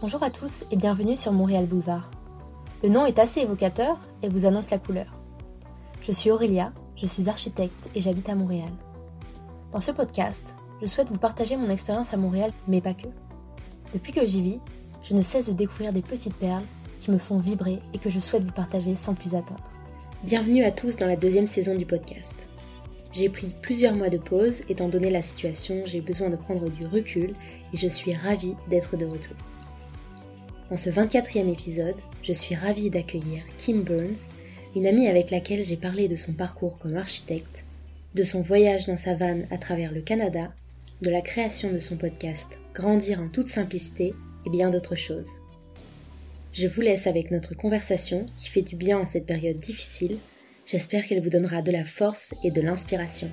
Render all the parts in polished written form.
Bonjour à tous et bienvenue sur Montréal Boulevard. Le nom est assez évocateur et vous annonce la couleur. Je suis Aurélia, je suis architecte et j'habite à Montréal. Dans ce podcast, je souhaite vous partager mon expérience à Montréal, mais pas que. Depuis que j'y vis, je ne cesse de découvrir des petites perles qui me font vibrer et que je souhaite vous partager sans plus attendre. Bienvenue à tous dans la 2e saison du podcast. J'ai pris plusieurs mois de pause, étant donné la situation, j'ai besoin de prendre du recul et je suis ravie d'être de retour. Dans ce 24e épisode, je suis ravie d'accueillir Kim Burns, une amie avec laquelle j'ai parlé de son parcours comme architecte, de son voyage dans sa van à travers le Canada, de la création de son podcast Grandir en toute simplicité et bien d'autres choses. Je vous laisse avec notre conversation qui fait du bien en cette période difficile. J'espère qu'elle vous donnera de la force et de l'inspiration.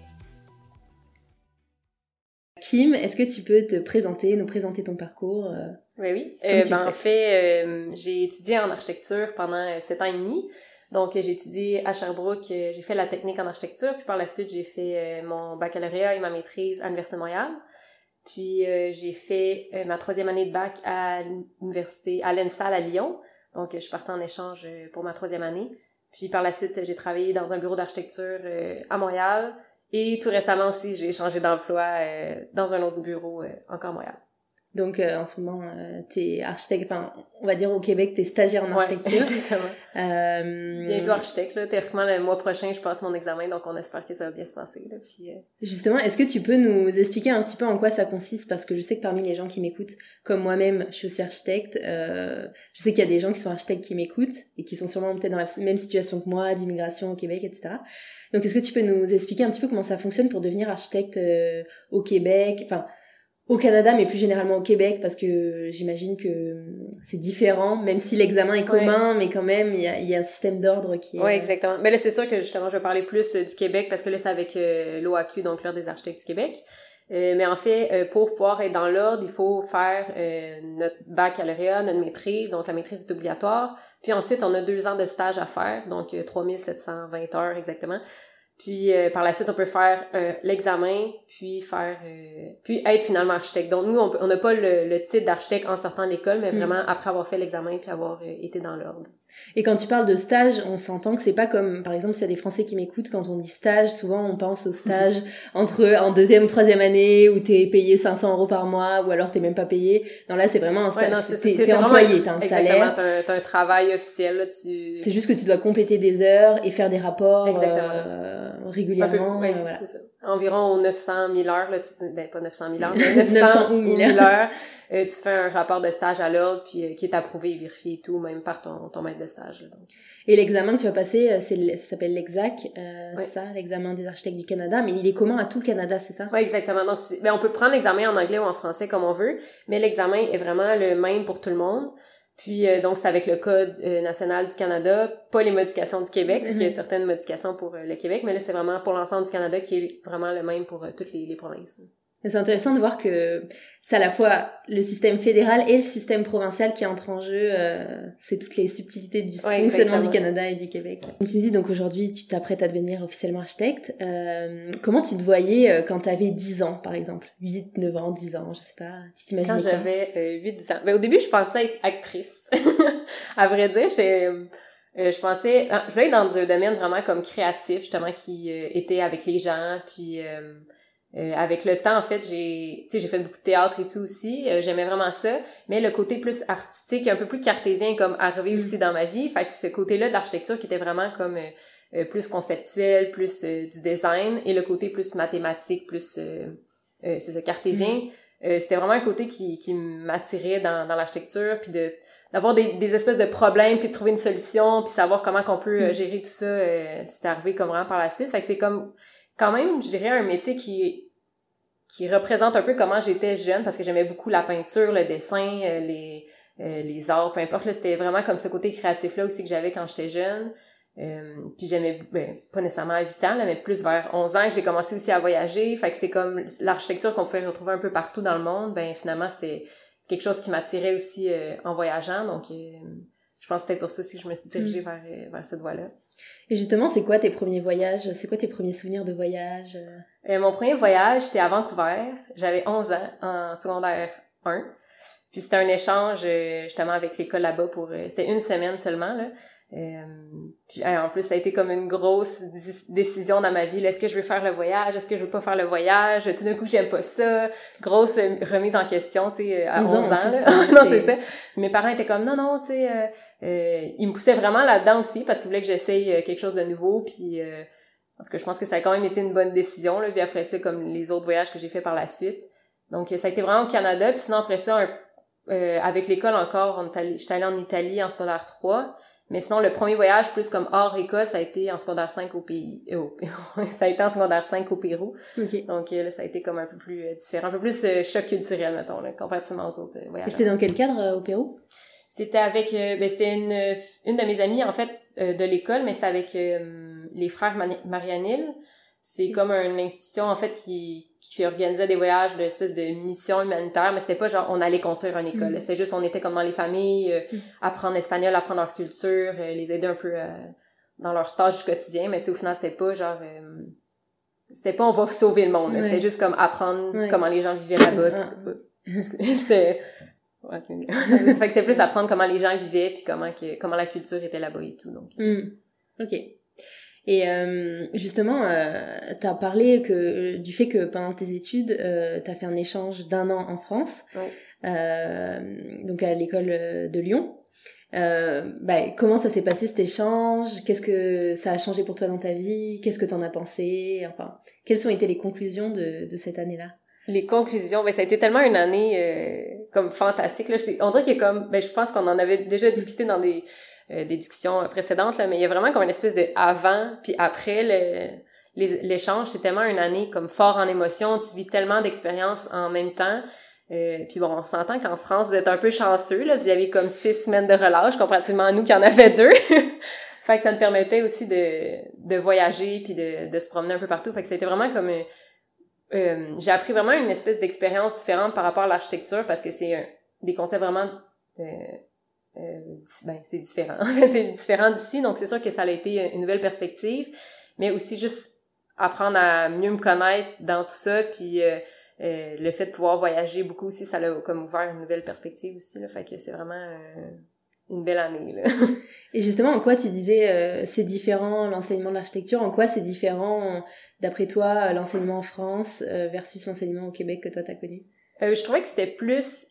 Kim, est-ce que tu peux nous présenter ton parcours Oui. En fait, j'ai étudié en architecture pendant 7 ans et demi. Donc, j'ai étudié à Sherbrooke, j'ai fait la technique en architecture, puis par la suite, j'ai fait mon baccalauréat et ma maîtrise à l'Université de Montréal. Puis, j'ai fait ma 3e année de bac à l'université, à l'ENSAL à Lyon. Donc, je suis partie en échange pour ma 3e année. Puis, par la suite, j'ai travaillé dans un bureau d'architecture à Montréal. Et tout récemment aussi, j'ai changé d'emploi dans un autre bureau encore à Montréal. Donc, en ce moment, t'es architecte, enfin, on va dire au Québec, t'es stagiaire en architecture. Ouais, exactement. Bientôt architecte, là. Théoriquement, le mois prochain, je passe mon examen, donc on espère que ça va bien se passer, là. Puis, Justement, est-ce que tu peux nous expliquer un petit peu en quoi ça consiste? Parce que je sais que parmi les gens qui m'écoutent, comme moi-même, je suis aussi architecte, je sais qu'il y a des gens qui sont architectes qui m'écoutent et qui sont sûrement peut-être dans la même situation que moi, d'immigration au Québec, etc. Donc, est-ce que tu peux nous expliquer un petit peu comment ça fonctionne pour devenir architecte au Québec, enfin, au Canada, mais plus généralement au Québec, parce que j'imagine que c'est différent, même si l'examen est commun, mais quand même, il y a un système d'ordre qui est... Oui, exactement. Mais là, c'est sûr que justement, je vais parler plus du Québec, parce que là, c'est avec l'OAQ, donc l'Ordre des architectes du Québec. Mais en fait, pour pouvoir être dans l'ordre, il faut faire notre baccalauréat, notre maîtrise, donc la maîtrise est obligatoire. Puis ensuite, on a 2 ans de stage à faire, donc 3720 heures exactement. Puis par la suite, on peut faire l'examen, puis être finalement architecte. Donc nous, on n'a pas le titre d'architecte en sortant de l'école, mais vraiment après avoir fait l'examen puis avoir été dans l'ordre. Et quand tu parles de stage, on s'entend que c'est pas comme, par exemple, s'il y a des Français qui m'écoutent, quand on dit stage, souvent on pense au stage en 2e ou 3e année où t'es payé 500 € par mois ou alors t'es même pas payé. Non, là, c'est vraiment un stage. T'es employé, t'as un salaire. Exactement, t'as un travail officiel, là, C'est juste que tu dois compléter des heures et faire des rapports régulièrement. Voilà. C'est ça. Environ 900 000 heures, là, pas 900 000 heures, mais 900 ou 1000 heures. Tu fais un rapport de stage à l'ordre, puis qui est approuvé et vérifié et tout, même par ton maître de stage. Là, donc. Et l'examen que tu vas passer, ça s'appelle l'EXAC, c'est ça, l'examen des architectes du Canada, mais il est commun à tout le Canada, c'est ça? Oui, exactement. Donc, on peut prendre l'examen en anglais ou en français comme on veut, mais l'examen est vraiment le même pour tout le monde. Puis, donc, c'est avec le Code national du Canada, pas les modifications du Québec, parce qu'il y a certaines modifications pour le Québec, mais là, c'est vraiment pour l'ensemble du Canada qui est vraiment le même pour toutes les provinces. C'est intéressant de voir que c'est à la fois le système fédéral et le système provincial qui entrent en jeu. C'est toutes les subtilités du fonctionnement du Canada et du Québec. Comme tu dis, donc aujourd'hui, tu t'apprêtes à devenir officiellement architecte. Comment tu te voyais quand tu avais 10 ans, par exemple? 8, 9 ans, 10 ans, je sais pas. Tu t'imaginais quand j'avais 8-10 ans. Au début, je pensais être actrice. À vrai dire, je pensais... je voulais être dans un domaine vraiment comme créatif, justement, qui était avec les gens, puis... avec le temps, en fait, j'ai fait beaucoup de théâtre et tout aussi. J'aimais vraiment ça. Mais le côté plus artistique, un peu plus cartésien, comme arrivé aussi dans ma vie. Fait que ce côté-là de l'architecture qui était vraiment comme plus conceptuel, plus du design, et le côté plus mathématique, plus c'est ça, cartésien. C'était vraiment un côté qui m'attirait dans l'architecture, puis d'avoir des espèces de problèmes, puis de trouver une solution, puis savoir comment qu'on peut gérer tout ça. C'est arrivé comme vraiment par la suite. Fait que c'est comme quand même, je dirais, un métier qui représente un peu comment j'étais jeune, parce que j'aimais beaucoup la peinture, le dessin, les arts, peu importe. Là, c'était vraiment comme ce côté créatif-là aussi que j'avais quand j'étais jeune. Puis j'aimais, pas nécessairement à 8 ans, là, mais plus vers 11 ans que j'ai commencé aussi à voyager. Fait que c'est comme l'architecture qu'on pouvait retrouver un peu partout dans le monde. Finalement, c'était quelque chose qui m'attirait aussi en voyageant. Donc, je pense que c'était pour ça aussi que je me suis dirigée vers cette voie-là. Et justement, c'est quoi tes premiers voyages? C'est quoi tes premiers souvenirs de voyage? Mon premier voyage, c'était à Vancouver. J'avais 11 ans, en secondaire 1. Puis c'était un échange justement avec l'école là-bas pour c'était 1 semaine seulement là. Puis en plus ça a été comme une grosse décision dans ma vie là. Est-ce que je veux faire le voyage, est-ce que je veux pas faire le voyage, tout d'un coup j'aime pas ça, grosse remise en question, tu sais, à 11 ans là. Non, c'est ça. Mes parents étaient comme non tu sais ils me poussaient vraiment là-dedans aussi parce qu'ils voulaient que j'essaye quelque chose de nouveau, puis parce que je pense que ça a quand même été une bonne décision là, puis après ça comme les autres voyages que j'ai fait par la suite. Donc ça a été vraiment au Canada, puis sinon après ça avec l'école encore, j'étais allée en Italie en secondaire 3. Mais sinon, le premier voyage, plus comme hors Écosse, ça a été en secondaire 5 au pays, ça a été en secondaire 5 au Pérou. Okay. Donc, là, ça a été comme un peu plus différent, un peu plus choc culturel, mettons, là, comparativement aux autres voyages. Et c'était dans quel cadre, au Pérou? C'était avec, c'était une de mes amies, en fait, de l'école, mais c'était avec les frères Marianil. C'est comme une institution, en fait, qui organisait des voyages de espèce de mission humanitaire, mais c'était pas genre, on allait construire une école. C'était juste, on était comme dans les familles, apprendre l'espagnol, apprendre leur culture, les aider un peu dans leurs tâches du quotidien, mais tu sais, au final, c'était pas genre, c'était pas on va sauver le monde, c'était juste comme apprendre comment les gens vivaient là-bas, c'était, ouais, c'est mieux. Fait que c'était plus apprendre comment les gens vivaient, puis comment la culture était là-bas et tout, donc. Ok. Et justement, t'as parlé du fait que pendant tes études, t'as fait un échange d'1 an en France, donc à l'école de Lyon. Comment ça s'est passé cet échange? Qu'est-ce que ça a changé pour toi dans ta vie? Qu'est-ce que t'en as pensé? Enfin, quelles ont été les conclusions de cette année-là? Les conclusions, ça a été tellement une année comme fantastique là. On dirait que comme, je pense qu'on en avait déjà discuté dans des discussions précédentes là, mais il y a vraiment comme une espèce de avant puis après l'échange. C'est tellement une année comme fort en émotion, tu vis tellement d'expériences en même temps. Puis bon, on s'entend qu'en France vous êtes un peu chanceux là, vous avez comme 6 semaines de relâche comparativement à nous qui en avait 2. Fait que ça me permettait aussi de voyager puis de se promener un peu partout. Fait que c'était vraiment comme j'ai appris vraiment une espèce d'expérience différente par rapport à l'architecture parce que c'est des concepts vraiment c'est différent. C'est différent d'ici, donc c'est sûr que ça a été une nouvelle perspective, mais aussi juste apprendre à mieux me connaître dans tout ça, puis le fait de pouvoir voyager beaucoup aussi, ça l'a comme ouvert une nouvelle perspective aussi, là, fait que c'est vraiment une belle année, là. Et justement, en quoi tu disais c'est différent l'enseignement de l'architecture, en quoi c'est différent, d'après toi, l'enseignement en France versus l'enseignement au Québec que toi t'as connu? Je trouvais que c'était plus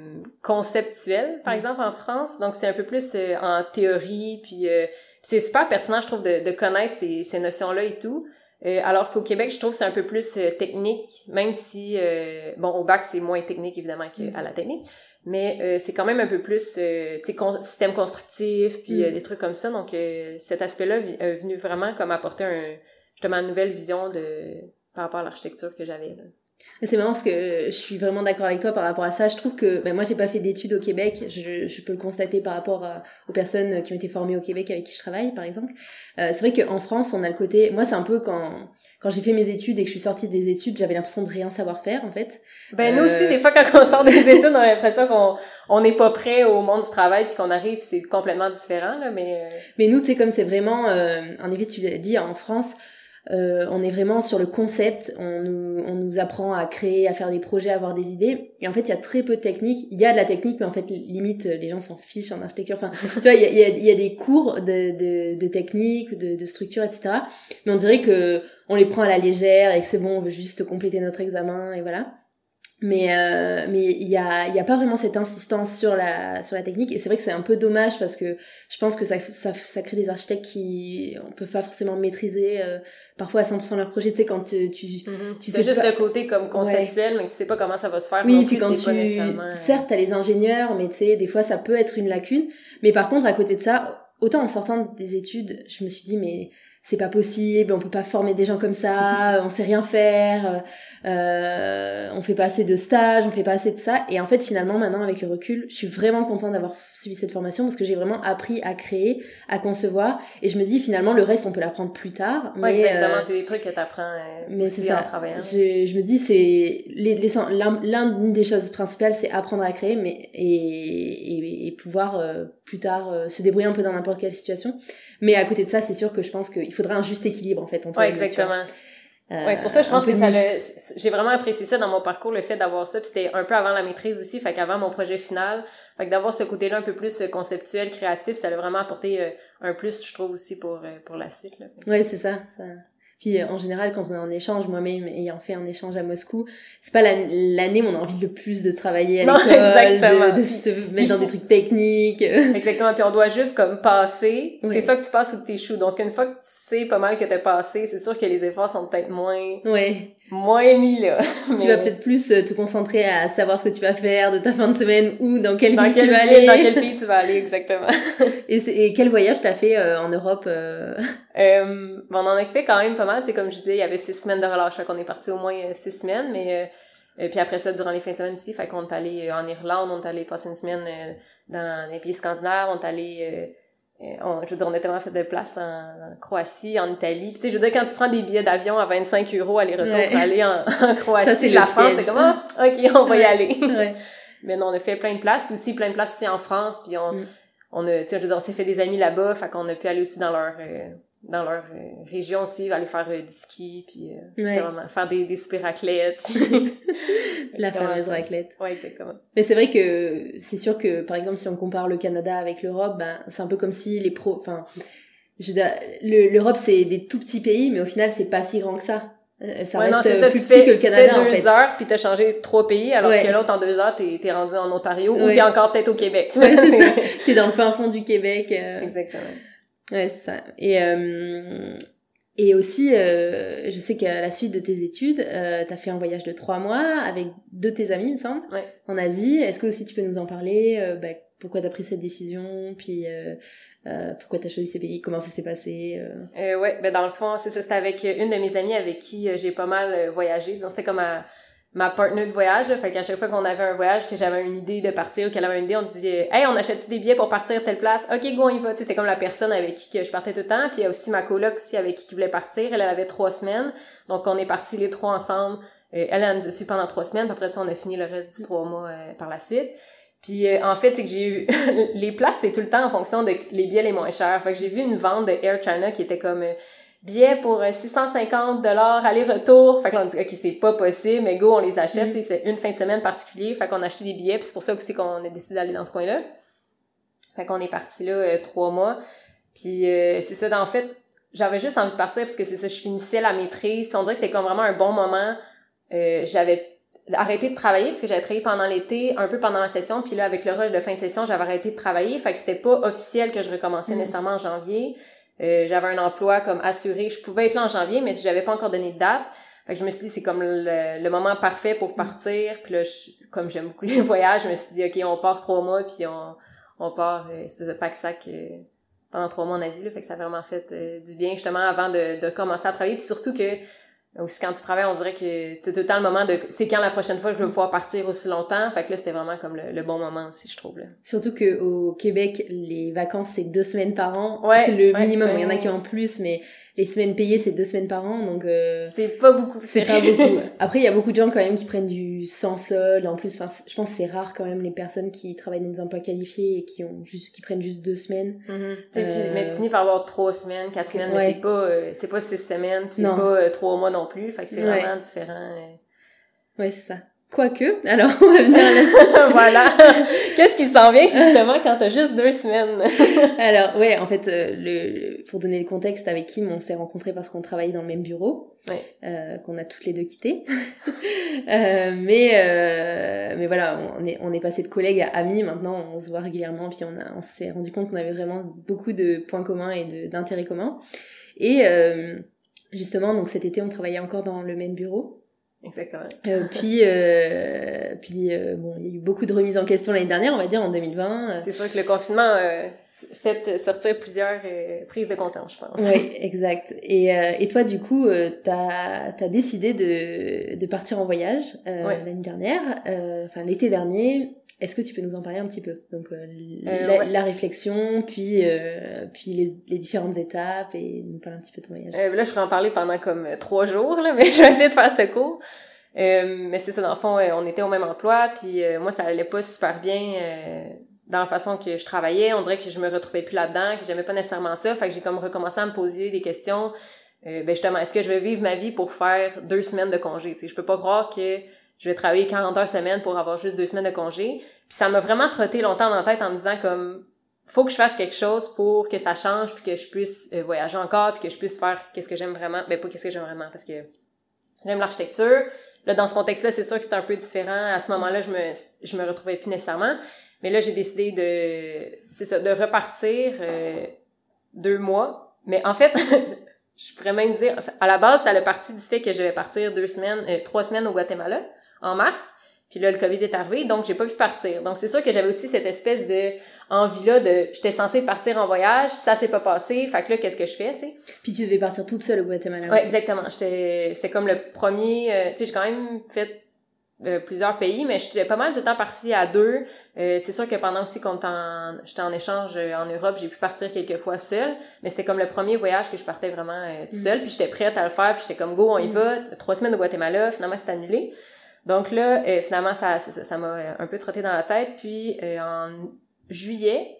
conceptuel, par exemple, en France. Donc, c'est un peu plus en théorie, puis c'est super pertinent, je trouve, de connaître ces notions-là et tout. Alors qu'au Québec, je trouve que c'est un peu plus technique, même si, au bac, c'est moins technique, évidemment, qu'à la technique. Mais c'est quand même un peu plus, tu sais, système constructif, puis des trucs comme ça. Donc, cet aspect-là est venu vraiment comme apporter justement une nouvelle vision par rapport à l'architecture que j'avais, là. C'est marrant parce que je suis vraiment d'accord avec toi par rapport à ça. Je trouve que moi j'ai pas fait d'études au Québec, je peux le constater par rapport aux personnes qui ont été formées au Québec avec qui je travaille par exemple. C'est vrai qu'en France on a le côté, moi c'est un peu quand j'ai fait mes études et que je suis sortie des études, j'avais l'impression de rien savoir faire en fait. Nous aussi des fois quand on sort des études, on a l'impression qu'on n'est pas prêt au monde du travail puis qu'on arrive puis c'est complètement différent là, mais nous tu sais comme c'est vraiment en effet tu l'as dit en France. On est vraiment sur le concept, on nous apprend à créer, à faire des projets, à avoir des idées, et en fait il y a très peu de technique. Il y a de la technique mais en fait limite les gens s'en fichent en architecture, enfin tu vois il y a des cours de technique, de structure, etc. mais on dirait que on les prend à la légère et que c'est bon, on veut juste compléter notre examen et voilà. Mais il y a pas vraiment cette insistance sur la technique, et c'est vrai que c'est un peu dommage parce que je pense que ça crée des architectes qui on peut pas forcément maîtriser parfois à 100% leur projet, tu sais quand tu sais juste le côté comme conceptuel mais que tu sais pas comment ça va se faire. Oui, puis quand certes t'as les ingénieurs mais tu sais des fois ça peut être une lacune, mais par contre à côté de ça, autant en sortant des études, je me suis dit mais c'est pas possible, on peut pas former des gens comme ça, on sait rien faire, on fait pas assez de stages, on fait pas assez de ça, et en fait finalement maintenant avec le recul, je suis vraiment contente d'avoir suivi cette formation parce que j'ai vraiment appris à créer, à concevoir, et je me dis finalement le reste on peut l'apprendre plus tard. Ouais, mais exactement, c'est des trucs que t'apprends aussi en travaillant. Je me dis c'est l'une des choses principales c'est apprendre à créer, mais et pouvoir plus tard se débrouiller un peu dans n'importe quelle situation. Mais à côté de ça, c'est sûr que je pense qu'il faudrait un juste équilibre, en fait, entre les exactement. Ouais, c'est pour ça que je pense que j'ai vraiment apprécié ça dans mon parcours, le fait d'avoir ça, puis c'était un peu avant la maîtrise aussi, fait qu'avant mon projet final, fait que d'avoir ce côté-là un peu plus conceptuel, créatif, ça a vraiment apporté un plus, je trouve, aussi pour la suite, là. Ouais, c'est ça. Puis en général, quand on est en échange, moi-même ayant fait un échange à Moscou, c'est pas l'année où on a envie le plus de travailler à l'école, de se mettre dans des trucs techniques. Exactement, puis on doit juste comme passer. Ouais. C'est ça que tu passes ou que t'échoues. Donc une fois que tu sais pas mal que t'as passé, c'est sûr que les efforts sont peut-être moins mis là. Tu vas peut-être plus te concentrer à savoir ce que tu vas faire de ta fin de semaine ou dans quelle ville tu vas aller. Dans quel pays tu vas aller, exactement. Et quel voyage t'as fait en Europe on en a fait quand même pas mal, tu sais, comme je disais, il y avait 6 semaines de relâche, fait qu'on est parti au moins 6 semaines, mais puis après ça, durant les fins de semaine aussi, fait qu'on est allé en Irlande, on est allé passer une semaine dans les pays scandinaves, on est allé je veux dire, on a tellement fait de place en Croatie, en Italie. Puis tu sais, je veux dire, quand tu prends des billets d'avion à 25 € aller-retour pour aller en Croatie, ça, c'est la France, c'est comme OK, on va y aller. Ouais. Mais non, on a fait plein de places, puis aussi plein de places aussi en France, puis on a, tu sais, je veux dire, on s'est fait des amis là-bas, fait qu'on a pu aller aussi dans leur région aussi, aller faire du ski, puis c'est vraiment faire des super raclettes. La fameuse raclette. Ouais, exactement. Mais c'est vrai que c'est sûr que, par exemple, si on compare le Canada avec l'Europe, ben c'est un peu comme si je veux dire, l'Europe c'est des tout petits pays, mais au final c'est pas si grand que ça. Ça reste plus petit que le Canada, en fait. Tu fais 2 heures, puis t'as changé 3 pays, alors que l'autre, en 2 heures, t'es rendu en Ontario, ou t'es encore peut-être au Québec. Ouais, c'est ça. T'es dans le fin fond du Québec. Exactement. Ouais, c'est ça. Et aussi, je sais qu'à la suite de tes études, t'as fait un voyage de 3 mois avec 2 de tes amis, il me semble, en Asie. Est-ce que aussi tu peux nous en parler, pourquoi t'as pris cette décision, puis pourquoi t'as choisi ces pays, comment ça s'est passé? Ouais, dans le fond, c'est ça, c'était avec une de mes amies avec qui j'ai pas mal voyagé. Disons, c'était comme ma partner de voyage, là. Fait qu'à chaque fois qu'on avait un voyage, que j'avais une idée de partir ou qu'elle avait une idée, on disait « Hey, on achète-tu des billets pour partir à telle place? Ok, go, on y va. » Tu sais, c'était comme la personne avec qui que je partais tout le temps. Puis il y a aussi ma coloc aussi avec qui voulait partir. Elle avait 3 semaines. Donc on est partis les 3 ensemble. Elle nous a suivi pendant 3 semaines. Puis après ça, on a fini le reste du 3 mois par la suite. Puis en fait, c'est que j'ai eu les places, c'est tout le temps en fonction de les billets les moins chers. Fait que j'ai vu une vente de Air China qui était comme billets pour 650 $ aller-retour. Fait que là, on dit, OK, c'est pas possible, mais go, on les achète. C'est une fin de semaine particulière. Fait qu'on a acheté des billets, puis c'est pour ça aussi qu'on a décidé d'aller dans ce coin-là. Fait qu'on est parti là 3 mois. Puis c'est ça, en fait, j'avais juste envie de partir parce que c'est ça, je finissais la maîtrise. Puis on dirait que c'était comme vraiment un bon moment. J'avais arrêté de travailler parce que j'avais travaillé pendant l'été, un peu pendant la session. Puis là, avec le rush de fin de session, j'avais arrêté de travailler. Fait que c'était pas officiel que je recommençais nécessairement en janvier. J'avais un emploi comme assuré. Je pouvais être là en janvier, mais si j'avais pas encore donné de date. Fait que je me suis dit, c'est comme le moment parfait pour partir. Puis là, comme j'aime beaucoup les voyages, je me suis dit, OK, on part 3 mois, puis on part, c'est ça, pack-sac pendant 3 mois en Asie. Là, fait que ça a vraiment fait du bien, justement, avant de commencer à travailler. Puis surtout que, aussi quand tu travailles, on dirait que t'as tout le temps le moment de c'est quand la prochaine fois que je vais pouvoir partir aussi longtemps. Fait que là, c'était vraiment comme le bon moment aussi, je trouve. Là. Surtout que au Québec, les vacances, c'est 2 semaines par an. Ouais, c'est le minimum. Il y en a qui en plus, mais les semaines payées, c'est 2 semaines par an. Donc c'est pas beaucoup. C'est pas beaucoup. Après, il y a beaucoup de gens quand même qui prennent du sans solde. En plus, enfin, je pense que c'est rare quand même les personnes qui travaillent dans des emplois qualifiés et qui prennent juste 2 semaines. Mais tu finis par avoir 3 semaines, 4 semaines, mais c'est pas 6 semaines, pis c'est pas 3 mois non plus. Fait que c'est vraiment différent. Ouais, c'est ça. Quoique, alors on va venir là-dessus. Voilà. Qu'est-ce qui s'en vient justement quand t'as juste 2 semaines? Alors, ouais, en fait, pour donner le contexte, avec Kim, on s'est rencontrés parce qu'on travaillait dans le même bureau, qu'on a toutes les deux quitté. Mais voilà, on est passé de collègues à amis. Maintenant, on se voit régulièrement, puis on s'est rendu compte qu'on avait vraiment beaucoup de points communs et d'intérêts communs. Et justement, donc cet été, on travaillait encore dans le même bureau. Exactement. Puis il y a eu beaucoup de remises en question l'année dernière, on va dire en 2020. C'est sûr que le confinement fait sortir plusieurs prises de conscience, je pense. Oui, exact. Et toi, du coup, t'as décidé de partir en voyage l'année dernière, l'été dernier. Est-ce que tu peux nous en parler un petit peu? Donc la réflexion, puis les différentes étapes, et nous parler un petit peu de ton voyage. Là, je pourrais en parler pendant comme 3 jours, là, mais je vais essayer de faire ce cours. Mais c'est ça, dans le fond, on était au même emploi, puis moi, ça allait pas super bien dans la façon que je travaillais. On dirait que je me retrouvais plus là-dedans, que j'aimais pas nécessairement ça. Fait que j'ai comme recommencé à me poser des questions. justement, est-ce que je vais vivre ma vie pour faire 2 semaines de congé, tu sais, je peux pas croire que je vais travailler 40 heures semaine pour avoir juste 2 semaines de congé. Puis ça m'a vraiment trotté longtemps dans la tête en me disant comme, faut que je fasse quelque chose pour que ça change, puis que je puisse voyager encore, puis que je puisse faire qu'est-ce que j'aime vraiment. Ben, pas qu'est-ce que j'aime vraiment, parce que j'aime l'architecture. Là, dans ce contexte-là, c'est sûr que c'était un peu différent. À ce moment-là, je me retrouvais plus nécessairement. Mais là, j'ai décidé de repartir 2 mois. Mais en fait, je pourrais même dire, à la base, ça a parti du fait que je vais partir 3 semaines au Guatemala, en mars. Puis là, le COVID est arrivé, donc j'ai pas pu partir. Donc c'est sûr que j'avais aussi cette espèce de envie-là j'étais censée partir en voyage, ça s'est pas passé, fait que là, qu'est-ce que je fais, tu sais? Puis tu devais partir toute seule au Guatemala aussi. Ouais, exactement. C'était comme le premier, tu sais, j'ai quand même fait plusieurs pays, mais j'étais pas mal de temps partie à 2. C'est sûr que pendant aussi j'étais en échange en Europe, j'ai pu partir quelques fois seule, mais c'était comme le premier voyage que je partais vraiment toute seule, puis j'étais prête à le faire, puis j'étais comme go, on y va, 3 semaines au Guatemala, finalement c'est annulé. Donc là, finalement, ça m'a un peu trotté dans la tête. Puis en juillet,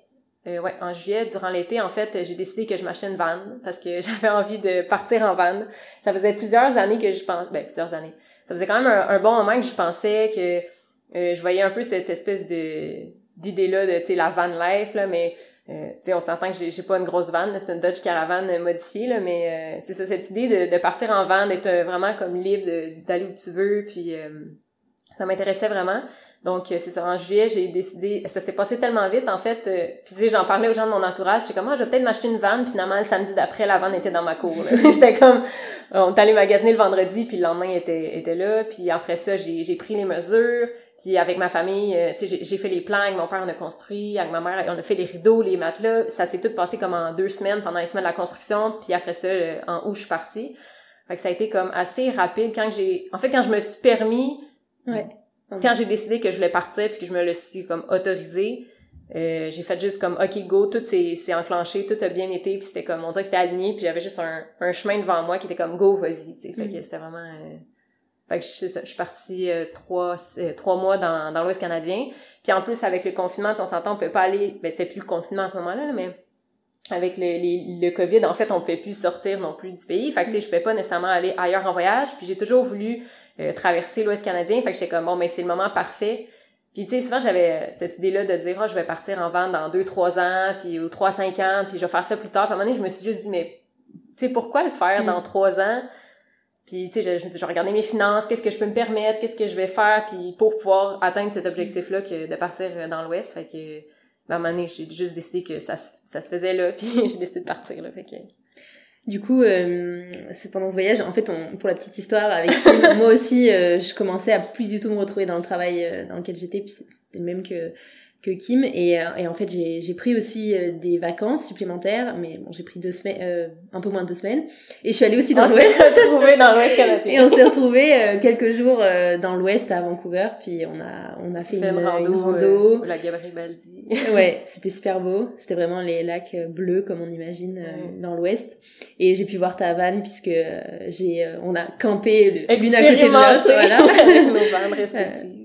durant l'été, en fait, j'ai décidé que je m'achetais une van parce que j'avais envie de partir en van. Ça faisait plusieurs années que je pense, plusieurs années. Ça faisait quand même un bon moment que je pensais que je voyais un peu cette espèce d'idée-là de, tu sais, la van life, là, mais tu sais, on s'entend que j'ai pas une grosse van, là, c'est une Dodge Caravan modifiée, là, mais c'est ça, cette idée de partir en van, d'être vraiment comme libre d'aller où tu veux, puis ça m'intéressait vraiment. Donc c'est ça, en juillet, j'ai décidé, ça s'est passé tellement vite en fait, puis tu sais, j'en parlais aux gens de mon entourage, j'étais comme je vais peut-être m'acheter une van, puis finalement le samedi d'après la van était dans ma cour. C'était comme on est allé magasiner le vendredi, puis le lendemain était là, puis après ça, j'ai pris les mesures, puis avec ma famille, tu sais, j'ai fait les plans, avec mon père on a construit, avec ma mère on a fait les rideaux, les matelas, ça s'est tout passé comme en 2 semaines pendant les semaines de la construction, puis après ça en août je suis partie. Fait que ça a été comme assez rapide quand je me suis permis quand j'ai décidé que je voulais partir puis que je me le suis comme autorisé, j'ai fait juste comme OK go, tout s'est enclenché, tout a bien été, puis c'était comme on dirait que c'était aligné, puis j'avais juste un chemin devant moi qui était comme go, vas-y, tu sais. Fait que c'était vraiment fait que je suis partie 3 mois dans l'Ouest canadien. Puis en plus avec le confinement, on s'entend, on pouvait pas aller, c'était plus le confinement à ce moment-là, là, mais avec le COVID, en fait, on pouvait plus sortir non plus du pays. Fait que, tu sais, je pouvais pas nécessairement aller ailleurs en voyage. Puis j'ai toujours voulu traverser l'Ouest canadien. Fait que j'étais comme, bon, c'est le moment parfait. Puis, tu sais, souvent, j'avais cette idée-là de dire, je vais partir en van dans 2-3 ans, puis ou 3-5 ans, puis je vais faire ça plus tard. Puis à un moment donné, je me suis juste dit, mais, tu sais, pourquoi le faire dans 3 ans? Puis, tu sais, je me suis dit, je vais regarder mes finances, qu'est-ce que je peux me permettre, qu'est-ce que je vais faire, puis pour pouvoir atteindre cet objectif-là de partir dans l'Ouest. Fait que, à un moment donné, j'ai juste décidé que ça se faisait là, puis j'ai décidé de partir, là, fait que... Du coup, c'est pendant ce voyage, en fait, pour la petite histoire, avec Kim, moi aussi, je commençais à plus du tout me retrouver dans le travail dans lequel j'étais, puis c'était le même que Kim, et en fait, j'ai pris aussi des vacances supplémentaires, mais bon, j'ai pris 2 semaines, un peu moins de 2 semaines, et je suis allée aussi dans l'Ouest. On s'est retrouvés dans l'Ouest canadien. Et on s'est retrouvés quelques jours dans l'Ouest à Vancouver, puis on a fait une rando. La Garibaldi. Ouais, c'était super beau. C'était vraiment les lacs bleus comme on imagine dans l'Ouest. Et j'ai pu voir ta van puisque on a campé l'une à côté de l'autre, voilà. Nos vannes respectives.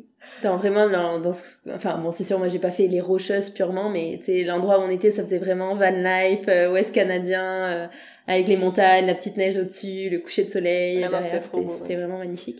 Enfin bon, c'est sûr, moi j'ai pas fait les Rocheuses purement, mais tu sais, l'endroit où on était, ça faisait vraiment van life, Ouest canadien, avec les montagnes, la petite neige au-dessus, le coucher de soleil derrière, c'était vraiment magnifique.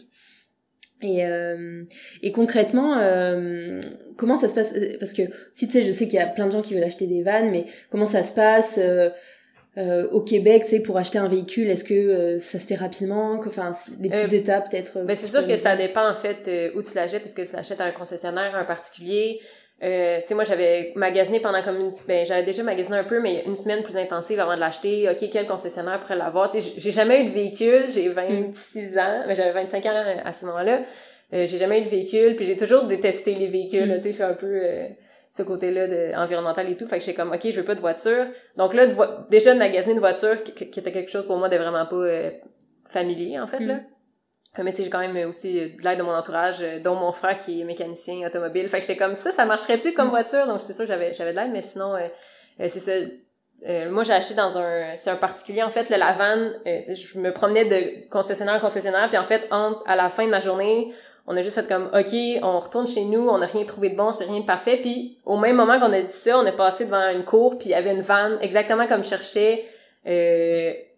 Et concrètement, comment ça se passe? Parce que si tu sais, je sais qu'il y a plein de gens qui veulent acheter des vannes, mais comment ça se passe au Québec, tu sais, pour acheter un véhicule? Est-ce que ça se fait rapidement? Enfin, les petites étapes peut-être. C'est sûr que ça dépend en fait où tu l'achètes. Est-ce que tu l'achètes à un concessionnaire, à un particulier? Tu sais, moi j'avais magasiné pendant comme j'avais déjà magasiné un peu, mais une semaine plus intensive avant de l'acheter. OK, quel concessionnaire pourrait l'avoir? Tu sais, j'ai jamais eu de véhicule, j'ai 26 ans, mais j'avais 25 ans à ce moment-là. J'ai jamais eu de véhicule, puis j'ai toujours détesté les véhicules, tu sais, je suis un peu ce côté-là environnemental et tout, fait que j'étais comme OK, je veux pas de voiture. Donc là déjà de magasiner une voiture qui était quelque chose pour moi de vraiment pas familier en fait là. Mais tu sais, j'ai quand même aussi de l'aide de mon entourage, dont mon frère qui est mécanicien automobile. Fait que j'étais comme ça marcherait-tu comme voiture? Donc c'est sûr que j'avais de l'aide, mais sinon c'est ça. Moi j'ai acheté c'est un particulier en fait, la van, je me promenais de concessionnaire en concessionnaire, puis en fait à la fin de ma journée, on a juste fait comme OK, on retourne chez nous, on n'a rien trouvé de bon, c'est rien de parfait, puis au même moment qu'on a dit ça, on est passé devant une cour, puis il y avait une van exactement comme je cherchais,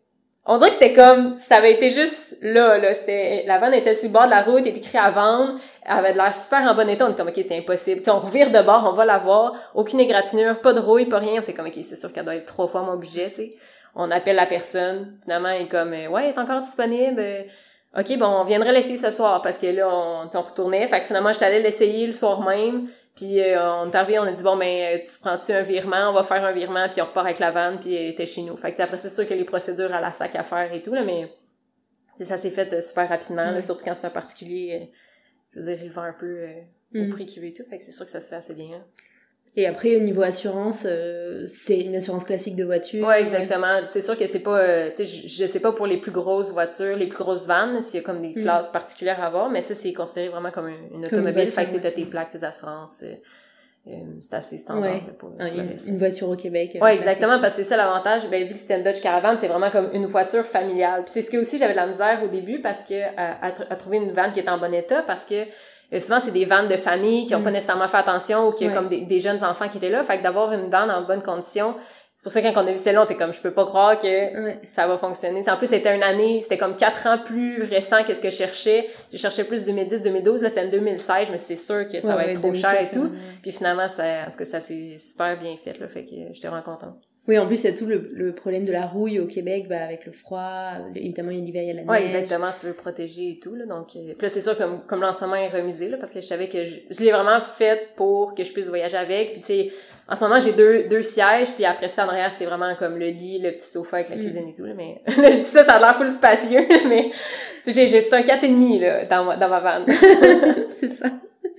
on dirait que c'était comme, ça avait été juste là, c'était, la vanne était sur le bord de la route, elle était écrit à vendre, elle avait de l'air super en bon état, on était comme, ok, c'est impossible, tu sais, on revire de bord, on va la voir, aucune égratignure, pas de rouille, pas rien, on était comme, ok, c'est sûr qu'elle doit être 3 fois mon budget, tu sais. On appelle la personne, finalement, elle est comme, ouais, elle est encore disponible, ok, bon, on viendrait l'essayer ce soir, parce que là, on retournait, fait que finalement, j'étais allée l'essayer le soir même, puis on est arrivé, on a dit, bon, ben, tu prends-tu un virement, on va faire un virement, puis on repart avec la vanne, puis elle était chez nous. Fait que après, c'est sûr que les procédures à la sac à faire et tout, là, mais ça s'est fait super rapidement, là, surtout quand c'est un particulier, je veux dire, il vend un peu au prix qu'il veut et tout, fait que c'est sûr que ça se fait assez bien, là. Et après, au niveau assurance, c'est une assurance classique de voiture? Ouais, exactement. C'est sûr que c'est pas, tu sais, je sais pas pour les plus grosses voitures, les plus grosses vannes, s'il y a comme des classes particulières à avoir, mais ça, c'est considéré vraiment comme une automobile. Fait que t'as tes plaques, tes assurances, c'est assez standard pour une voiture au Québec. Ouais, exactement, parce que c'est ça l'avantage. Ben, vu que c'était une Dodge Caravan, c'est vraiment comme une voiture familiale. Puis c'est ce que aussi j'avais de la misère au début, parce que à trouver une vanne qui est en bon état, parce que souvent, c'est des vannes de famille qui ont pas nécessairement fait attention ou qui ont comme des jeunes enfants qui étaient là. Fait que d'avoir une vanne en bonne condition, c'est pour ça que quand on a vu celle-là, on était comme, je peux pas croire que ça va fonctionner. En plus, c'était une année, c'était comme 4 ans plus récent que ce que je cherchais. Je cherchais plus 2010, 2012. Là, c'était en 2016. Mais c'est sûr que ça va être trop cher et tout. Puis finalement, en tout cas, ça s'est super bien fait, là. Fait que j'étais vraiment contente. Oui, en plus, il y a tout le problème de la rouille au Québec, avec le froid. Évidemment, il y a l'hiver, il y a la neige. Ouais, exactement. Tu veux protéger et tout, là. Donc, puis là, c'est sûr, comme l'enseignement est remisé, là, parce que je savais que je l'ai vraiment fait pour que je puisse voyager avec. Puis, tu sais, en ce moment, j'ai deux sièges, puis après ça, en arrière, c'est vraiment comme le lit, le petit sofa avec la cuisine et tout, là. Mais, là, je dis ça a l'air full spacieux, mais, tu sais, c'est un 4,5, là, dans ma vanne. C'est ça.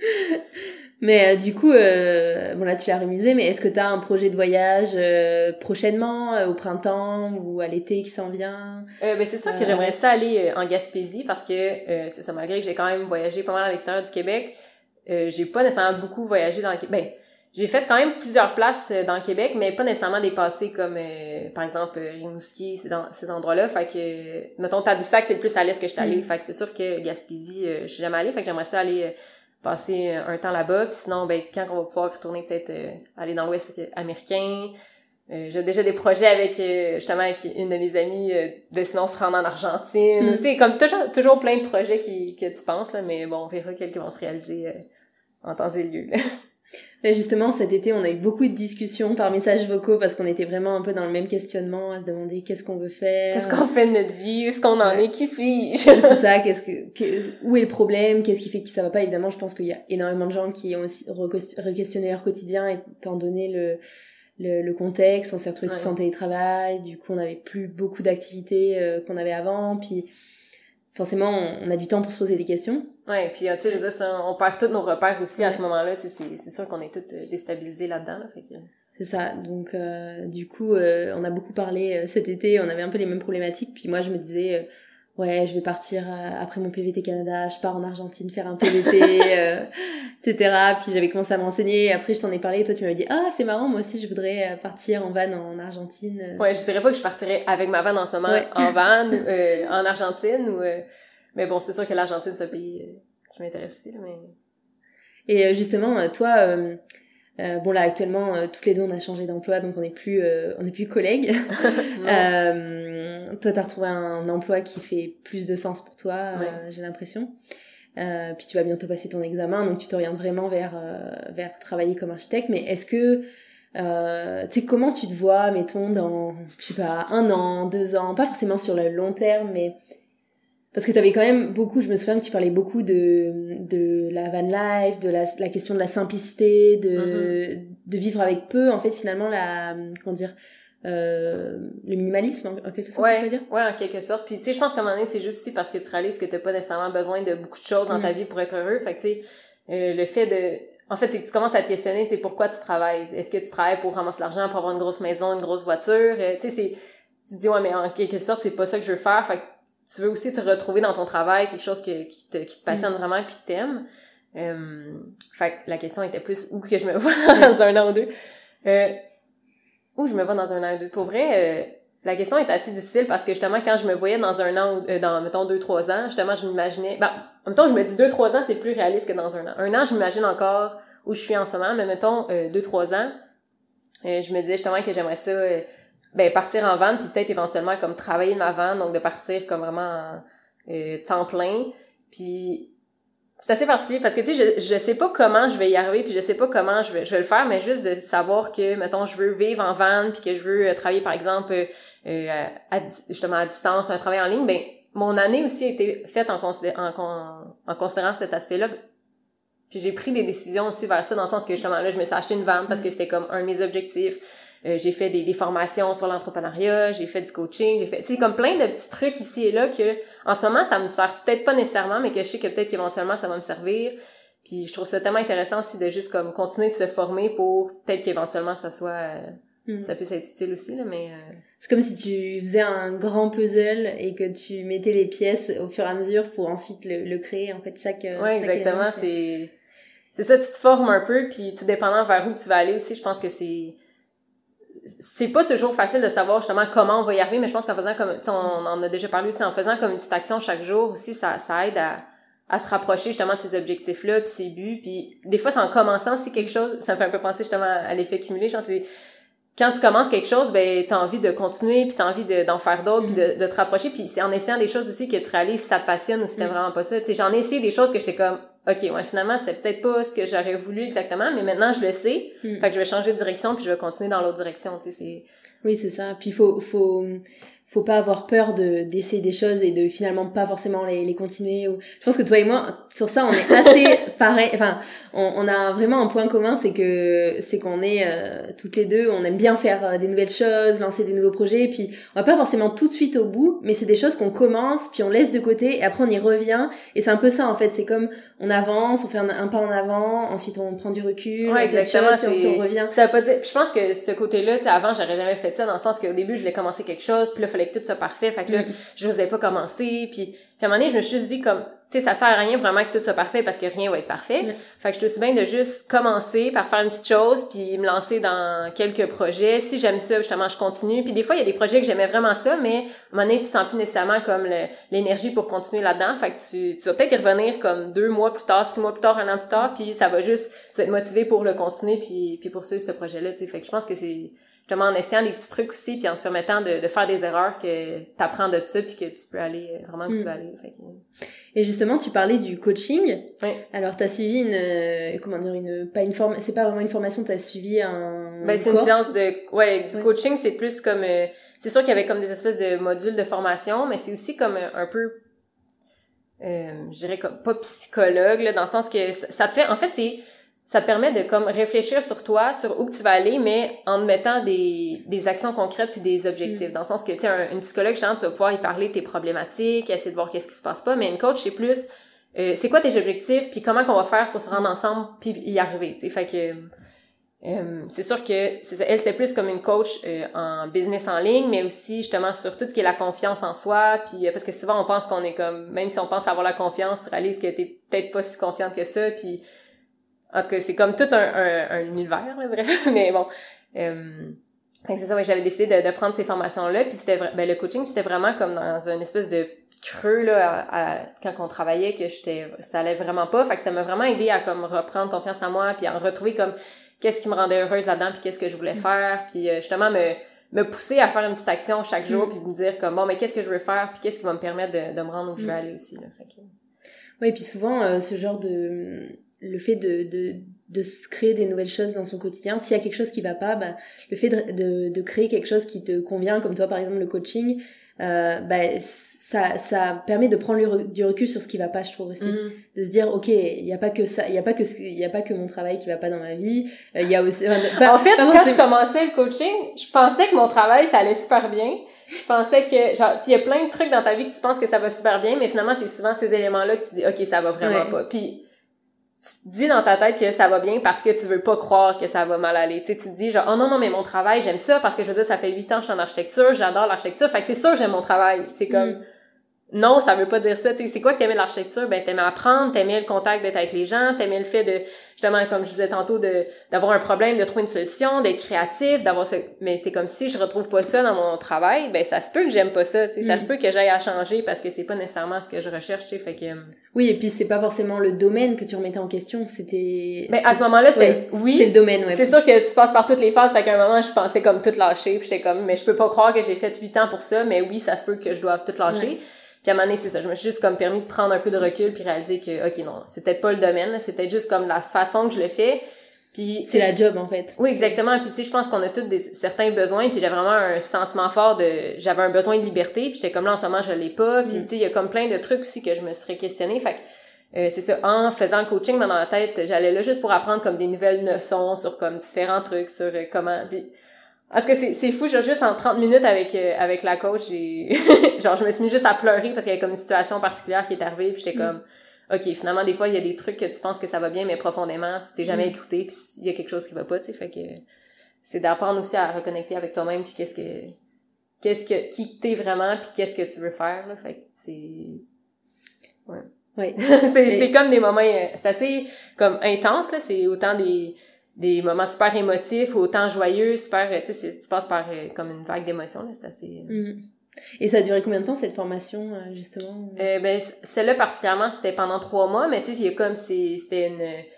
Mais du coup, bon là tu l'as remisé, mais est-ce que t'as un projet de voyage prochainement, au printemps ou à l'été qui s'en vient? Ben c'est sûr que j'aimerais ça aller en Gaspésie parce que c'est ça, malgré que j'ai quand même voyagé pas mal à l'extérieur du Québec, j'ai pas nécessairement beaucoup voyagé dans le Québec. Ben, j'ai fait quand même plusieurs places dans le Québec, mais pas nécessairement dépassé comme par exemple Rimouski, c'est dans ces endroits-là. Fait que mettons Tadoussac, c'est le plus à l'est que je suis allée. Fait que c'est sûr que Gaspésie, je suis jamais allée, fait que j'aimerais ça aller passer un temps là-bas, puis sinon ben quand on va pouvoir retourner peut-être aller dans l'Ouest américain. J'ai déjà des projets avec justement avec une de mes amies de sinon se rendre en Argentine. Tu sais, comme toujours plein de projets que tu penses là, mais bon, on verra quels qui vont se réaliser en temps et lieu. Là. Mais justement, cet été, on a eu beaucoup de discussions par messages vocaux parce qu'on était vraiment un peu dans le même questionnement, à se demander qu'est-ce qu'on veut faire. Qu'est-ce qu'on fait de notre vie? Où est-ce qu'on en est? Qui suis-je? C'est ça, où est le problème? Qu'est-ce qui fait que ça va pas? Évidemment, je pense qu'il y a énormément de gens qui ont aussi re-questionné leur quotidien étant donné le contexte. On s'est retrouvés tous en télétravail. Du coup, on avait plus beaucoup d'activités qu'on avait avant. Puis, forcément, on a du temps pour se poser des questions. Ouais, puis tu sais, je veux dire, on perd tous nos repères aussi à ce moment-là, tu sais, c'est sûr qu'on est tous déstabilisés là-dedans, là, fait que... C'est ça, donc du coup, on a beaucoup parlé cet été, on avait un peu les mêmes problématiques, puis moi je me disais, ouais, je vais partir après mon PVT Canada, je pars en Argentine faire un PVT, etc. Puis j'avais commencé à me renseigner, après je t'en ai parlé, et toi tu m'avais dit, ah c'est marrant, moi aussi je voudrais partir en van en Argentine. Ouais, je dirais pas que je partirais avec ma van en ce moment en van, en Argentine, ou... Mais bon, c'est sûr que l'Argentine, c'est un pays qui m'intéresse aussi, mais... Et justement, toi, bon là, actuellement, toutes les deux, on a changé d'emploi, donc on n'est plus collègues. Toi, t'as retrouvé un emploi qui fait plus de sens pour toi, j'ai l'impression. Puis tu vas bientôt passer ton examen, donc tu t'orientes vraiment vers travailler comme architecte. Mais est-ce que... tu sais, comment tu te vois, mettons, dans, je sais pas, 1 an, 2 ans, pas forcément sur le long terme, mais... Parce que t'avais quand même beaucoup, je me souviens que tu parlais beaucoup de la van life, de la question de la simplicité, de vivre avec peu, en fait, finalement, le minimalisme, en quelque sorte, tu veux dire? Ouais, en quelque sorte. Puis, tu sais, je pense qu'à un moment donné, c'est juste aussi parce que tu réalises que t'as pas nécessairement besoin de beaucoup de choses dans ta vie pour être heureux. Fait que, tu sais, le fait de... En fait, c'est que tu commences à te questionner, tu sais, pourquoi tu travailles? Est-ce que tu travailles pour ramasser l'argent, pour avoir une grosse maison, une grosse voiture? Tu sais, tu te dis, ouais, mais en quelque sorte, c'est pas ça que je veux faire. Fait que tu veux aussi te retrouver dans ton travail, quelque chose qui te passionne vraiment puis que t'aimes. Fait que la question était plus où que je me vois dans 1 an ou 2. Où je me vois dans 1 an ou 2. Pour vrai, la question est assez difficile parce que justement, quand je me voyais dans 1 an ou dans, mettons, 2-3 ans, justement, je m'imaginais... en même temps, je me dis 2-3 ans, c'est plus réaliste que dans 1 an. 1 an, je m'imagine encore où je suis en ce moment, mais mettons, 2-3 ans, je me disais justement que j'aimerais ça... partir en van, puis peut-être éventuellement comme travailler de ma van, donc de partir comme vraiment en temps plein. Puis c'est assez particulier parce que tu sais, je sais pas comment je vais y arriver, puis je sais pas comment je vais le faire, mais juste de savoir que, mettons, je veux vivre en van, puis que je veux travailler, par exemple, justement à distance, un travail en ligne, ben mon année aussi a été faite en considérant cet aspect-là. Puis j'ai pris des décisions aussi vers ça, dans le sens que justement là, je me suis acheté une van parce que c'était comme un de mes objectifs. J'ai fait des formations sur l'entrepreneuriat, j'ai fait du coaching, j'ai fait, tu sais, comme plein de petits trucs ici et là que, en ce moment, ça me sert peut-être pas nécessairement, mais que je sais que peut-être qu'éventuellement, ça va me servir. Puis je trouve ça tellement intéressant aussi de juste comme continuer de se former pour peut-être qu'éventuellement ça soit, ça puisse être utile aussi, là, mais... C'est comme si tu faisais un grand puzzle et que tu mettais les pièces au fur et à mesure pour ensuite le créer, en fait, chaque exactement, élément, c'est ça, tu te formes un peu, puis tout dépendant vers où tu vas aller aussi, je pense que c'est pas toujours facile de savoir justement comment on va y arriver, mais je pense qu'en faisant comme, tu sais, on en a déjà parlé aussi, en faisant comme une petite action chaque jour aussi, ça aide à se rapprocher justement de ces objectifs-là, puis ces buts, puis des fois, c'est en commençant aussi quelque chose, ça me fait un peu penser justement à l'effet cumulé, genre c'est... Quand tu commences quelque chose, ben t'as envie de continuer, puis t'as envie d'en faire d'autres, puis de te rapprocher, puis c'est en essayant des choses aussi que tu réalises si ça te passionne ou si c'était vraiment pas ça. Tu sais, j'en ai essayé des choses que j'étais comme, ok, ouais, finalement c'est peut-être pas ce que j'aurais voulu exactement, mais maintenant je le sais, fait que je vais changer de direction, puis je vais continuer dans l'autre direction. Tu sais, c'est... Oui, c'est ça. Puis faut pas avoir peur d'essayer des choses et de finalement pas forcément les continuer. Je pense que toi et moi, sur ça, on est assez pareil. Enfin, on a vraiment un point commun, c'est qu'on est toutes les deux, on aime bien faire des nouvelles choses, lancer des nouveaux projets. Et puis on va pas forcément tout de suite au bout, mais c'est des choses qu'on commence, puis on laisse de côté, et après on y revient. Et c'est un peu ça en fait. C'est comme on avance, on fait un pas en avant, ensuite on prend du recul, ouais, exactement. Chose, ensuite on revient. Ça veut pas dire. Je pense que ce côté-là, tu sais, avant j'aurais jamais fait ça, dans le sens qu'au début je voulais commencer quelque chose, puis là fallait que tout soit parfait, fait que là j'osais pas commencer, puis à un moment donné je me suis juste dit comme, tu sais, ça sert à rien vraiment que tout soit parfait parce que rien va être parfait, fait que je te suis bien de juste commencer par faire une petite chose, puis me lancer dans quelques projets. Si j'aime ça, justement, je continue, puis des fois il y a des projets que j'aimais vraiment ça, mais à un moment donné tu sens plus nécessairement comme l'énergie pour continuer là-dedans, fait que tu vas peut-être y revenir comme 2 mois plus tard, 6 mois plus tard, 1 an plus tard, puis ça va juste, tu vas être motivé pour le continuer, puis poursuivre ce projet-là, tu sais. Fait que je pense que c'est justement en essayant des petits trucs aussi, puis en se permettant de faire des erreurs que t'apprends de ça, puis que tu peux aller vraiment où tu veux aller. Fait que... Et justement, tu parlais du coaching. Oui. Alors, t'as suivi c'est pas vraiment une formation, t'as suivi c'est une séance du coaching, c'est plus comme, c'est sûr qu'il y avait comme des espèces de modules de formation, mais c'est aussi comme un peu, je dirais comme, pas psychologue, là, dans le sens que ça te fait, en fait, ça te permet de comme réfléchir sur toi, sur où tu vas aller, mais en te mettant des actions concrètes puis des objectifs. Dans le sens que, tu sais, une psychologue, justement, tu vas pouvoir y parler de tes problématiques, essayer de voir qu'est-ce qui se passe pas, mais une coach, c'est plus, c'est quoi tes objectifs, puis comment qu'on va faire pour se rendre ensemble puis y arriver, tu sais. Fait que, c'est sûr que, c'est ça, elle, c'était plus comme une coach en business en ligne, mais aussi, justement, sur tout ce qui est la confiance en soi, puis parce que souvent, on pense qu'on est comme, même si on pense avoir la confiance, tu réalises que t'es peut-être pas si confiante que ça, puis en tout cas, c'est comme tout un univers, là, bref. Mais bon, c'est ça, ouais, j'avais décidé de prendre ces formations-là, puis c'était le coaching, puis c'était vraiment comme dans une espèce de creux là quand on travaillait que ça allait vraiment pas, fait que ça m'a vraiment aidé à comme reprendre confiance en moi, puis à retrouver comme qu'est-ce qui me rendait heureuse là-dedans, puis qu'est-ce que je voulais faire, puis justement me pousser à faire une petite action chaque jour, puis de me dire comme bon, mais qu'est-ce que je veux faire, puis qu'est-ce qui va me permettre de me rendre où je veux aller aussi, là. Fait que... Oui, puis souvent ce genre le fait de se créer des nouvelles choses dans son quotidien, s'il y a quelque chose qui va pas, le fait de créer quelque chose qui te convient, comme toi par exemple le coaching, ça permet de prendre du recul sur ce qui va pas, je trouve aussi, de se dire ok, il y a pas que ça, il y a pas que mon travail qui va pas dans ma vie, il y a aussi en fait quand je commençais le coaching, je pensais que mon travail ça allait super bien, je pensais que genre il y a plein de trucs dans ta vie que tu penses que ça va super bien, mais finalement c'est souvent ces éléments là que tu dis ok, ça va vraiment pas, puis tu te dis dans ta tête que ça va bien parce que tu veux pas croire que ça va mal aller. Tu sais, tu te dis genre, oh non, mais mon travail, j'aime ça parce que je veux dire, ça fait 8 ans que je suis en architecture, j'adore l'architecture, fait que c'est sûr que j'aime mon travail. C'est comme, non, ça veut pas dire ça. Tu sais, c'est quoi que t'aimais l'architecture? Ben, t'aimais apprendre, t'aimais le contact d'être avec les gens, t'aimais le fait de, justement, comme je disais tantôt, d'avoir un problème, de trouver une solution, d'être créatif, mais t'es comme si je retrouve pas ça dans mon travail, ben, ça se peut que j'aime pas ça, tu sais. Ça se peut que j'aille à changer parce que c'est pas nécessairement ce que je recherche, tu sais. Fait que... Oui, et puis c'est pas forcément le domaine que tu remettais en question, Ben, à ce moment-là, c'était, c'était le domaine, C'est sûr que tu passes par toutes les phases, fait qu'à un moment, je pensais comme tout lâcher, puis j'étais comme, mais je peux pas croire que j'ai fait 8 ans pour ça, mais oui, ça se peut que je doive tout lâcher. Ouais. Puis à un moment donné, c'est ça, je me suis juste comme permis de prendre un peu de recul puis réaliser que, ok, non, c'est peut-être pas le domaine, là, c'est peut-être juste comme la façon que je le fais. Puis c'est la job, en fait. Oui, exactement. Puis tu sais, je pense qu'on a tous certains besoins, puis j'avais vraiment un sentiment fort j'avais un besoin de liberté, puis j'étais comme là, en ce moment, je l'ai pas. Puis tu sais, il y a comme plein de trucs aussi que je me serais questionnée. Fait que c'est ça, en faisant le coaching, dans la tête, j'allais là juste pour apprendre comme des nouvelles notions sur comme différents trucs, sur comment... Puis, en tout cas, c'est fou, genre juste en 30 minutes avec la coach, genre je me suis mis juste à pleurer parce qu'il y avait comme une situation particulière qui est arrivée, puis j'étais comme OK, finalement des fois il y a des trucs que tu penses que ça va bien mais profondément, tu t'es jamais écouté puis il y a quelque chose qui va pas, tu sais, fait que c'est d'apprendre aussi à reconnecter avec toi-même puis qui t'es vraiment puis qu'est-ce que tu veux faire là, fait que c'est ouais. c'est comme des moments c'est assez comme intense là, c'est autant des moments super émotifs, autant joyeux, super, tu sais, tu passes par comme une vague d'émotions, là, c'est assez... Et ça a duré combien de temps, cette formation, justement? Ben, celle-là, particulièrement, c'était pendant 3 mois, mais tu sais, il y a comme, c'était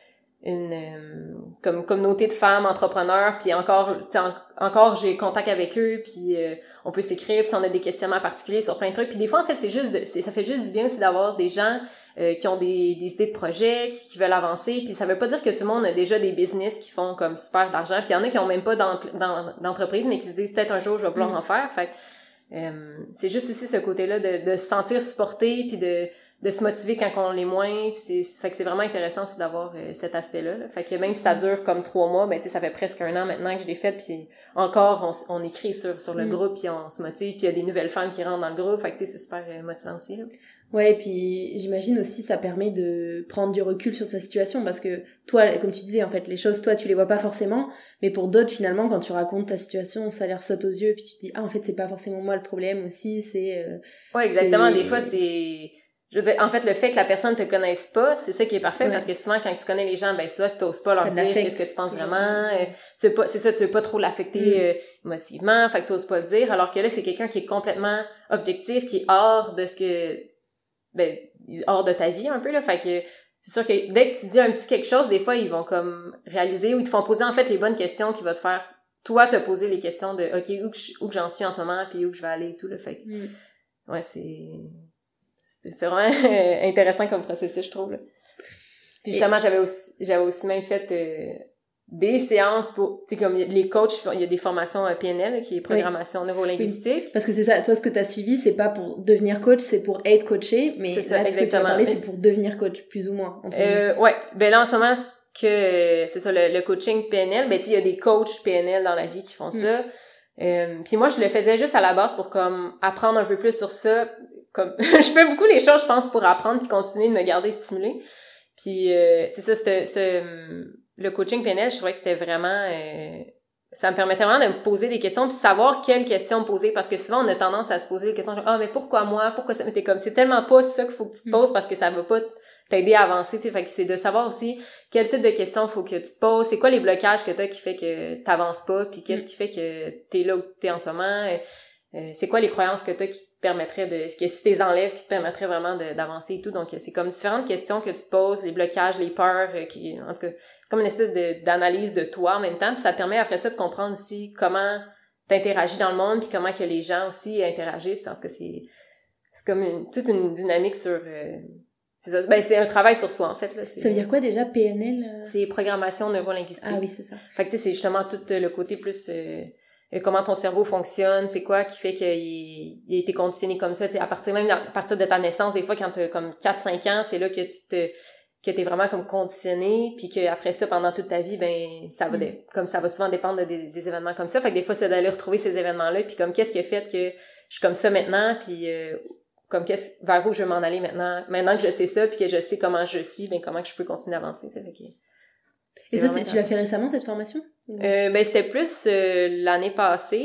comme communauté de femmes entrepreneurs, puis encore j'ai contact avec eux, puis on peut s'écrire, puis si on a des questionnements particuliers sur plein de trucs, puis des fois en fait ça fait juste du bien aussi d'avoir des gens qui ont des idées de projets, qui veulent avancer, puis ça veut pas dire que tout le monde a déjà des business qui font comme super d'argent, puis il y en a qui ont même pas d'entreprise, mais qui se disent peut-être un jour je vais vouloir en faire, fait c'est juste aussi ce côté-là de se sentir supporté, puis de se motiver quand on l'est moins, puis fait que c'est vraiment intéressant aussi d'avoir cet aspect-là, là. Fait que même si ça dure comme 3 mois, ben tu sais, ça fait presque 1 an maintenant que je l'ai fait, puis encore on écrit sur le groupe, puis on se motive, puis il y a des nouvelles femmes qui rentrent dans le groupe, fait que tu sais, c'est super motivant aussi, là. Ouais, et puis j'imagine aussi ça permet de prendre du recul sur sa situation, parce que toi, comme tu disais, en fait, les choses, toi, tu les vois pas forcément, mais pour d'autres, finalement, quand tu racontes ta situation, ça leur saute aux yeux, puis tu te dis, ah, en fait, c'est pas forcément moi le problème aussi, c'est... Ouais, exactement, des fois, c'est... Je veux dire, en fait, le fait que la personne te connaisse pas, c'est ça qui est parfait, parce que souvent, quand tu connais les gens, ben ça, t'oses pas leur dire qu'est-ce que tu penses vraiment, tu veux pas trop l'affecter émotivement, fait que t'oses pas le dire, alors que là, c'est quelqu'un qui est complètement objectif, qui est hors de hors de ta vie un peu, là, fait que c'est sûr que dès que tu dis un petit quelque chose, des fois, ils vont comme réaliser, ou ils te font poser en fait les bonnes questions qui vont te faire, toi, te poser les questions de, OK, où que j'en suis en ce moment, puis où que je vais aller et tout, là, fait que, ouais, c'est vraiment intéressant comme processus, je trouve, là. Puis justement, j'avais aussi même fait des séances pour, tu sais, comme les coachs, il y a des formations PNL, là, qui est programmation neurolinguistique. Oui, parce que c'est ça, toi, ce que t'as suivi, c'est pas pour devenir coach, c'est pour être coaché, mais c'est ça, là, ce que tu vas parler, c'est pour devenir coach, plus ou moins. Ouais, ben là, en ce moment, c'est ça, le coaching PNL, ben tu sais, il y a des coachs PNL dans la vie qui font ça. Puis moi, je le faisais juste à la base pour comme apprendre un peu plus sur ça. Comme je fais beaucoup les choses, je pense, pour apprendre puis continuer de me garder stimulée. Puis c'est ça, le coaching PNL, je trouvais que c'était vraiment ça me permettait vraiment de me poser des questions puis savoir quelles questions me poser, parce que souvent on a tendance à se poser des questions genre, mais pourquoi moi, pourquoi ça m'était comme, c'est tellement pas ça qu'il faut que tu te poses parce que ça va pas t'aider à avancer, tu sais. Fait que c'est de savoir aussi quel type de questions faut que tu te poses, c'est quoi les blocages que t'as qui fait que t'avances pas, puis qu'est-ce qui fait que t'es là où t'es en ce moment, c'est quoi les croyances que t'as qui te permettraient que si t'es enlèves, qui te permettraient vraiment d'avancer et tout. Donc c'est comme différentes questions que tu te poses, les blocages, les peurs, en tout cas, c'est comme une espèce d'analyse de toi en même temps, puis ça te permet après ça de comprendre aussi comment t'interagis dans le monde, puis comment que les gens aussi interagissent, puis en tout cas c'est comme toute une dynamique sur c'est ça. Ben, c'est un travail sur soi, en fait, là. Ça veut dire quoi, déjà, PNL? C'est programmation neurolinguistique. Ah oui, c'est ça. Fait que, tu sais, c'est justement tout le côté plus, comment ton cerveau fonctionne, c'est quoi qui fait qu'il a été conditionné comme ça, tu sais, à partir de ta naissance, des fois, quand t'as comme 4-5 ans, c'est là que que t'es vraiment comme conditionné, puis qu'après ça, pendant toute ta vie, ben, ça va comme ça va souvent dépendre des événements comme ça. Fait que des fois, c'est d'aller retrouver ces événements-là, puis comme, qu'est-ce qui a fait que je suis comme ça maintenant, puis comme vers où je veux m'en aller maintenant que je sais ça, puis que je sais comment je suis, ben comment que je peux continuer d'avancer, ça fait que... Et ça, tu l'as fait récemment, cette formation? Ben c'était plus l'année passée,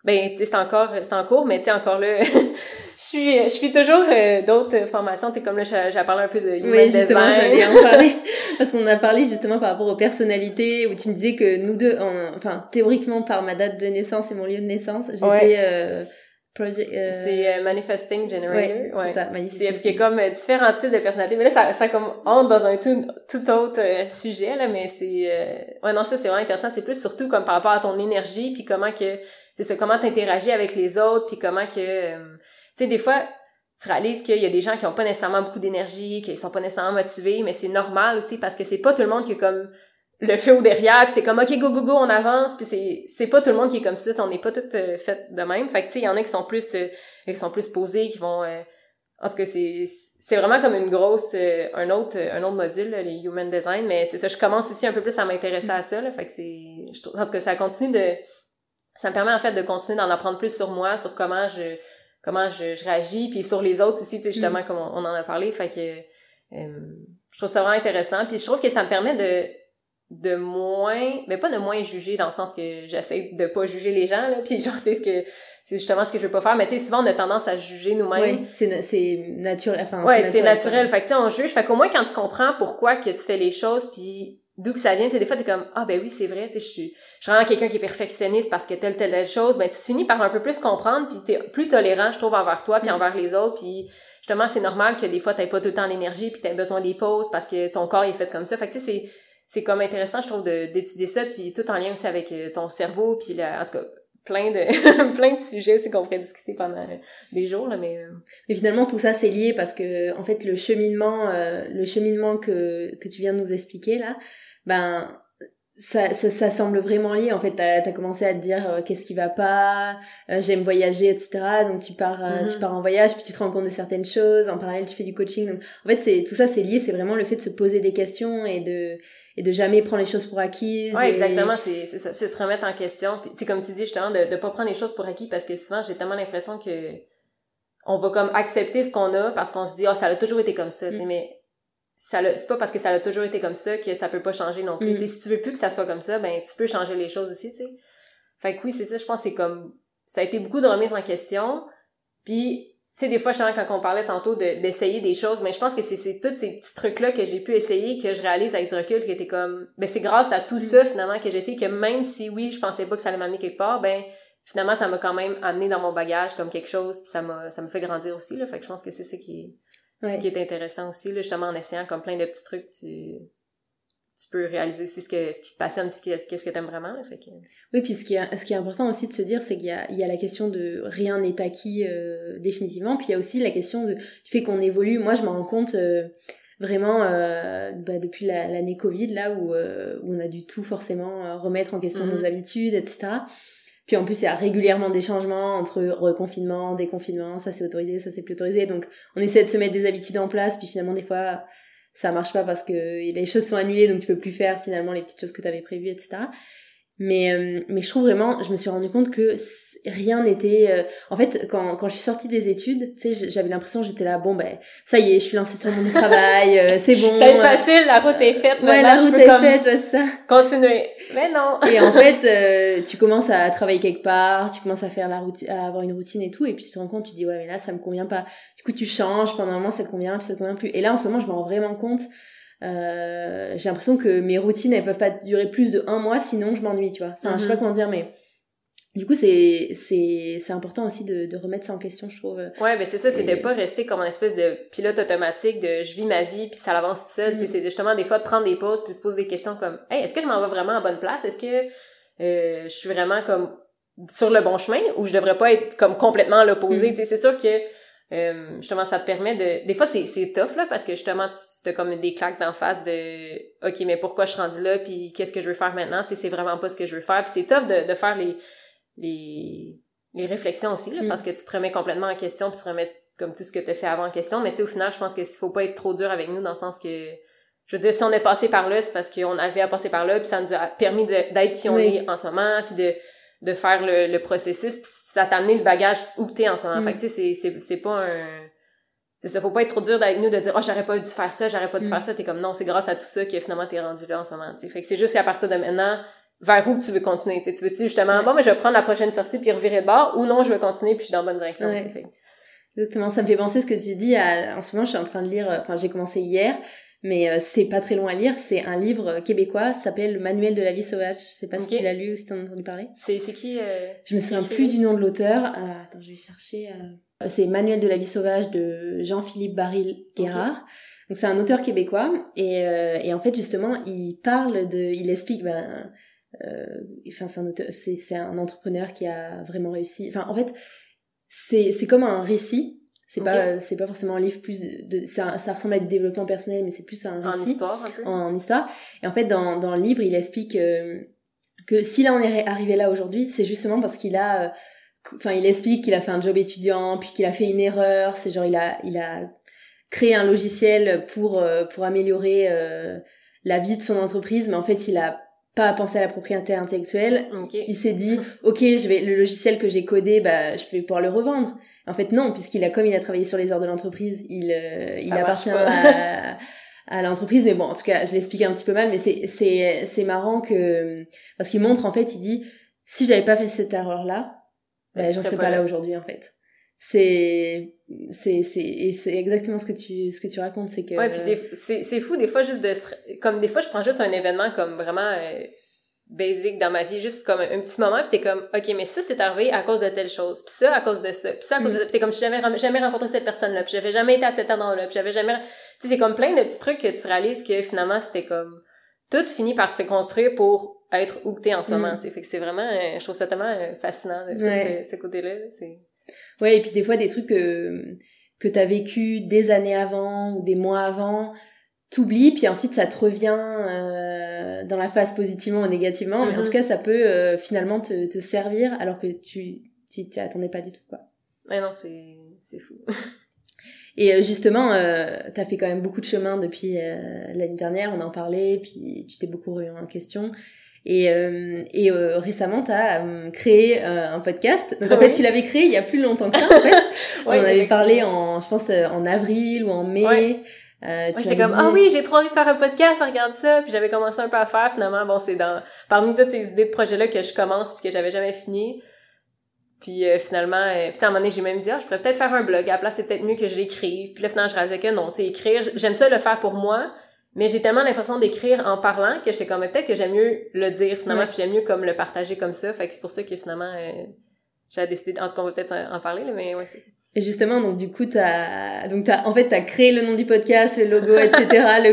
Ben, tu sais, c'est en cours, mais tu sais, encore là, je suis toujours d'autres formations, tu sais, comme là, j'ai parlé un peu de human justement, design. j'allais en parler. Parce qu'on a parlé justement par rapport aux personnalités, où tu me disais que nous deux, enfin, théoriquement, par ma date de naissance et mon lieu de naissance, j'étais, C'est Manifesting Generator. Ouais, c'est ça, C'est parce qu'il y a comme différents types de personnalités. Mais là, ça comme entre dans un tout autre sujet, là, mais c'est... ouais, non, ça, c'est vraiment intéressant. C'est plus surtout comme par rapport à ton énergie, puis comment que... C'est ça, comment t'interagis avec les autres, puis comment que... tu sais, des fois, tu réalises qu'il y a des gens qui ont pas nécessairement beaucoup d'énergie, qui sont pas nécessairement motivés, mais c'est normal aussi, parce que c'est pas tout le monde qui est comme... le feu au derrière, puis c'est comme OK, go, go, go, on avance, puis c'est pas tout le monde qui est comme ça, on n'est pas toutes faites de même. Fait que tu sais, il y en a qui sont plus posés, qui vont en tout cas c'est vraiment comme une grosse un autre module là, les human design, mais c'est ça, je commence aussi un peu plus à m'intéresser à ça là, fait que en tout cas ça me permet en fait de continuer d'en apprendre plus sur moi, sur comment je réagis, puis sur les autres aussi, tu sais, justement comme on en a parlé, fait que je trouve ça vraiment intéressant, puis je trouve que ça me permet de moins, mais pas de moins juger dans le sens que j'essaie de pas juger les gens là, puis genre c'est justement ce que je veux pas faire, mais tu sais souvent on a tendance à juger nous-mêmes. Oui, c'est naturel, enfin c'est naturel. Fait que tu sais on juge, fait qu'au moins quand tu comprends pourquoi que tu fais les choses puis d'où que ça vient, tu sais des fois t'es comme ah ben oui, c'est vrai, tu sais je suis vraiment quelqu'un qui est perfectionniste parce que telle chose, ben tu finis par un peu plus comprendre puis t'es plus tolérant je trouve envers toi puis envers les autres, puis justement c'est normal que des fois t'aies pas tout le temps l'énergie puis t'aies besoin des pauses parce que ton corps est fait comme ça. Fait que tu sais c'est comme intéressant, je trouve, d'étudier ça, puis tout en lien aussi avec ton cerveau, puis en tout cas, plein de sujets aussi qu'on pourrait discuter pendant des jours, là, mais finalement, tout ça, c'est lié parce que, en fait, le cheminement que tu viens de nous expliquer, là, ben, ça semble vraiment lié. En fait, t'as commencé à te dire qu'est-ce qui va pas, j'aime voyager, etc. Donc tu pars en voyage, puis tu te rends compte de certaines choses. En parallèle, tu fais du coaching. Donc, en fait, tout ça, c'est lié. C'est vraiment le fait de se poser des questions et de jamais prendre les choses pour acquises. Ouais, exactement, c'est ça, c'est se remettre en question. Puis, tu sais, comme tu dis justement, de pas prendre les choses pour acquis, parce que souvent, j'ai tellement l'impression que on va comme accepter ce qu'on a parce qu'on se dit ça a toujours été comme ça, tu sais, mais c'est pas parce que ça a toujours été comme ça que ça peut pas changer non plus. Tu sais, si tu veux plus que ça soit comme ça, ben tu peux changer les choses aussi, tu sais. Fait que oui, c'est ça, je pense que c'est comme ça a été beaucoup de remise en question. Puis tu sais, des fois, justement, quand on parlait tantôt d'essayer des choses, mais je pense que c'est tous ces petits trucs-là que j'ai pu essayer, que je réalise avec du recul, qui était comme, ben c'est grâce à tout ça, finalement, que j'ai essayé, que même si, oui, je pensais pas que ça allait m'amener quelque part, ben finalement, ça m'a quand même amené dans mon bagage comme quelque chose, puis ça m'a fait grandir aussi, là. Fait que je pense que c'est ça qui est intéressant aussi, là, justement, en essayant comme plein de petits trucs, tu peux réaliser aussi ce qui te passionne puis qu'est-ce que t'aimes vraiment, là, fait que... Oui, puis ce qui est important aussi de se dire, c'est qu'il y a la question de rien n'est acquis définitivement, puis il y a aussi la question du fait qu'on évolue. Moi, je me rends compte vraiment depuis l'année Covid, là où on a dû tout forcément remettre en question nos habitudes, etc. Puis en plus, il y a régulièrement des changements entre reconfinement, déconfinement, ça c'est autorisé, ça c'est plus autorisé. Donc on essaie de se mettre des habitudes en place, puis finalement des fois ça marche pas parce que les choses sont annulées, donc tu peux plus faire finalement les petites choses que tu avais prévues, etc. Mais je trouve vraiment, je me suis rendu compte que rien n'était... En fait, quand je suis sortie des études, tu sais, j'avais l'impression que j'étais là, bon ben, ça y est, je suis lancée sur le monde du travail, c'est bon. Ça est facile, la route est faite. Ouais, la route est faite, ouais, c'est ça. Continuer. Mais non. Et en fait, tu commences à travailler quelque part, tu commences à faire à avoir une routine et tout, et puis tu te rends compte, tu dis, ouais, mais là, ça me convient pas. Du coup, tu changes, pendant un moment, ça te convient, puis ça te convient plus. Et là, en ce moment, je me rends vraiment compte, j'ai l'impression que mes routines elles peuvent pas durer plus de 1 mois sinon je m'ennuie, tu vois. Enfin, je sais pas comment dire, mais du coup c'est important aussi de remettre ça en question, je trouve. Ouais, ben c'est ça, c'est de pas rester comme une espèce de pilote automatique de je vis ma vie puis ça avance tout seul. C'est justement des fois de prendre des pauses puis de se poser des questions comme hey, est-ce que je m'en vais vraiment en bonne place? Est-ce que je suis vraiment comme sur le bon chemin ou je devrais pas être comme complètement à l'opposé? Tu sais, c'est sûr que justement ça te permet des fois c'est tough là parce que justement tu as comme des claques d'en face de OK, mais pourquoi je suis rendue là puis qu'est-ce que je veux faire maintenant? Tu sais, c'est vraiment pas ce que je veux faire. Puis c'est tough de faire les réflexions aussi là, parce que tu te remets complètement en question, puis tu te remets comme tout ce que tu as fait avant en question, mais tu sais au final je pense qu'il faut pas être trop dur avec nous dans le sens que je veux dire si on est passé par là, c'est parce qu'on avait à passer par là, puis ça nous a permis d'être qui on est en ce moment, puis de faire le processus, puis ça t'a amené le bagage où t'es en ce moment. Fait que tu sais c'est pas un c'est ça, faut pas être trop dur avec nous de dire j'aurais pas dû faire ça, j'aurais pas dû faire ça. T'es comme non, c'est grâce à tout ça que finalement t'es rendu là en ce moment, tu sais. Fait que c'est juste qu'à partir de maintenant vers où tu veux continuer, tu sais. Tu veux-tu justement, bon, mais je vais prendre la prochaine sortie puis revirer de bord, ou non, je vais continuer puis je suis dans la bonne direction, tu sais. Exactement, ça me fait penser ce que tu dis en ce moment, je suis en train de lire, enfin, j'ai commencé hier, mais c'est pas très long à lire, c'est un livre québécois, ça s'appelle Le Manuel de la vie sauvage. Je sais pas si tu l'as lu ou si t'en as entendu parler. C'est qui Je me souviens plus du nom de l'auteur. Attends, je vais chercher. C'est Manuel de la vie sauvage de Jean-Philippe Baril-Guérard. Okay. Donc c'est un auteur québécois et en fait justement il explique enfin c'est un entrepreneur qui a vraiment réussi. Enfin en fait c'est comme un récit. C'est pas forcément un livre plus ça ressemble à du développement personnel, mais c'est plus un récit. En histoire, un peu. En histoire. Et en fait, dans le livre, il explique que si là on est arrivé là aujourd'hui, c'est justement parce qu'il a, il explique qu'il a fait un job étudiant, puis qu'il a fait une erreur. C'est genre il a créé un logiciel pour améliorer la vie de son entreprise, mais en fait il a pas pensé à la propriété intellectuelle. Okay. Il s'est dit, le logiciel que j'ai codé, je vais pouvoir le revendre. En fait, non, puisqu'il a travaillé sur les heures de l'entreprise, il appartient à l'entreprise. Mais bon, en tout cas, je l'explique un petit peu mal, mais c'est marrant parce qu'il montre, en fait, il dit, si j'avais pas fait cette erreur-là, j'en serais pas là aujourd'hui, en fait. C'est exactement ce que tu racontes, c'est que... Ouais, puis c'est fou, des fois, comme des fois, je prends juste un événement comme vraiment, basic dans ma vie, juste comme un petit moment, pis t'es comme, ok, mais ça, c'est arrivé à cause de telle chose, pis ça, à cause de ça, pis ça, à cause de ça, pis t'es comme, j'ai jamais rencontré cette personne-là, pis j'avais jamais été à cet endroit-là, pis j'avais jamais, tu sais, c'est comme plein de petits trucs que tu réalises que finalement, c'était comme, tout finit par se construire pour être où t'es en ce moment, tu sais, fait que c'est vraiment, je trouve ça tellement fascinant, de tout ce côté-là, c'est... Ouais, et puis des fois, des trucs que t'as vécu des années avant, ou des mois avant, t'oublies, puis ensuite ça te revient dans la phase positivement ou négativement, mais en tout cas ça peut finalement te servir alors que tu t'y attendais pas du tout, quoi. Ouais, non, c'est fou. Et justement, t'as fait quand même beaucoup de chemin depuis l'année dernière, on en parlait, puis tu t'es beaucoup remis en question. Et récemment t'as créé un podcast. Donc en fait tu l'avais créé il y a plus longtemps que ça, en fait. On en avait parlé je pense en avril ou en mai. Ouais. J'étais comme, oui, j'ai trop envie de faire un podcast, regarde ça, puis j'avais commencé un peu à faire, finalement, bon, c'est parmi toutes ces idées de projets-là que je commence puis que j'avais jamais fini, puis finalement, puis à un moment donné, j'ai même dit, je pourrais peut-être faire un blog, à la place, c'est peut-être mieux que je l'écrive, puis là, finalement, je réalisais que non, tu sais, écrire, j'aime ça le faire pour moi, mais j'ai tellement l'impression d'écrire en parlant que j'étais comme, peut-être que j'aime mieux le dire, finalement, puis j'aime mieux comme le partager comme ça, fait que c'est pour ça que finalement, j'ai décidé, en tout cas, on va peut-être en parler, là, mais ouais, c'est ça. Et justement, donc du coup, t'as créé le nom du podcast, le logo, etc.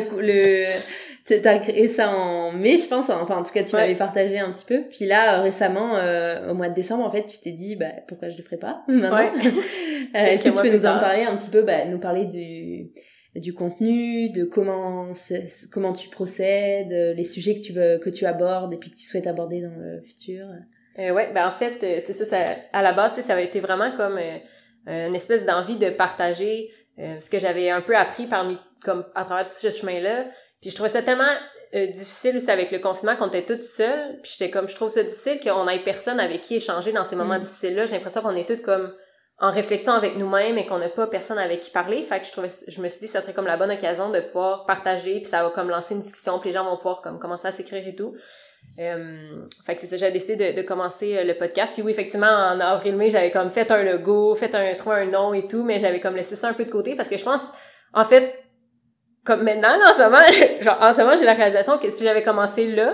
T'as créé ça en mai, je pense. Enfin, en tout cas, tu m'avais partagé un petit peu. Puis là, récemment, au mois de décembre, en fait, tu t'es dit, pourquoi je le ferais pas maintenant? Ouais. Est-ce que tu peux nous en parler un petit peu, nous parler du contenu, de comment tu procèdes, les sujets que tu abordes et puis que tu souhaites aborder dans le futur? En fait, c'est ça, à la base, ça avait été vraiment comme une espèce d'envie de partager ce que j'avais un peu appris comme à travers tout ce chemin-là. Puis je trouvais ça tellement difficile aussi avec le confinement qu'on était toutes seules. Puis j'étais comme, je trouve ça difficile qu'on ait personne avec qui échanger dans ces moments difficiles-là. J'ai l'impression qu'on est toutes comme en réflexion avec nous-mêmes et qu'on n'a pas personne avec qui parler. Fait que je me suis dit que ça serait comme la bonne occasion de pouvoir partager, puis ça va comme lancer une discussion, puis les gens vont pouvoir comme commencer à s'écrire et tout. Fait que c'est ça, j'ai décidé de commencer le podcast. Puis oui, effectivement, en avril-mai, j'avais comme fait un logo, trouvé un nom et tout, mais j'avais comme laissé ça un peu de côté parce que je pense, en fait, comme maintenant, en ce moment, j'ai la réalisation que si j'avais commencé là,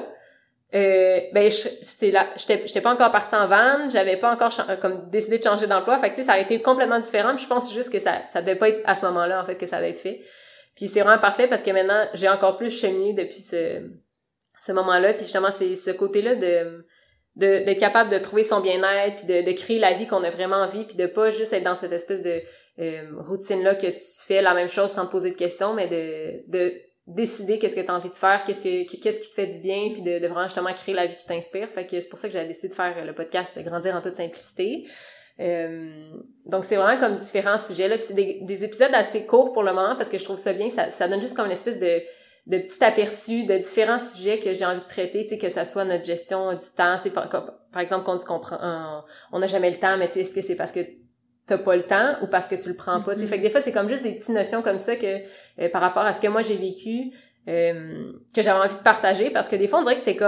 j'étais pas encore partie en van, j'avais pas encore comme décidé de changer d'emploi, fait que tu sais, ça a été complètement différent, puis je pense juste que ça devait pas être à ce moment-là, en fait, que ça allait être fait. Puis c'est vraiment parfait parce que maintenant, j'ai encore plus cheminé depuis ce moment-là, puis justement, c'est ce côté-là d'être capable de trouver son bien-être, puis de créer la vie qu'on a vraiment envie, puis de pas juste être dans cette espèce de routine-là que tu fais la même chose sans te poser de questions, mais de décider qu'est-ce que tu as envie de faire, qu'est-ce qui te fait du bien, puis de vraiment justement créer la vie qui t'inspire. Fait que c'est pour ça que j'ai décidé de faire le podcast Grandir en toute simplicité. Donc c'est vraiment comme différents sujets là, puis c'est des épisodes assez courts pour le moment parce que je trouve ça bien, ça donne juste comme une espèce de petit aperçu de différents sujets que j'ai envie de traiter, tu sais, que ça soit notre gestion du temps, tu sais, par exemple qu'on dit on n'a jamais le temps, mais tu sais, est-ce que c'est parce que t'as pas le temps ou parce que tu le prends pas, tu sais, fait que des fois c'est comme juste des petites notions comme ça que par rapport à ce que moi j'ai vécu, que j'avais envie de partager, parce que des fois on dirait que c'était comme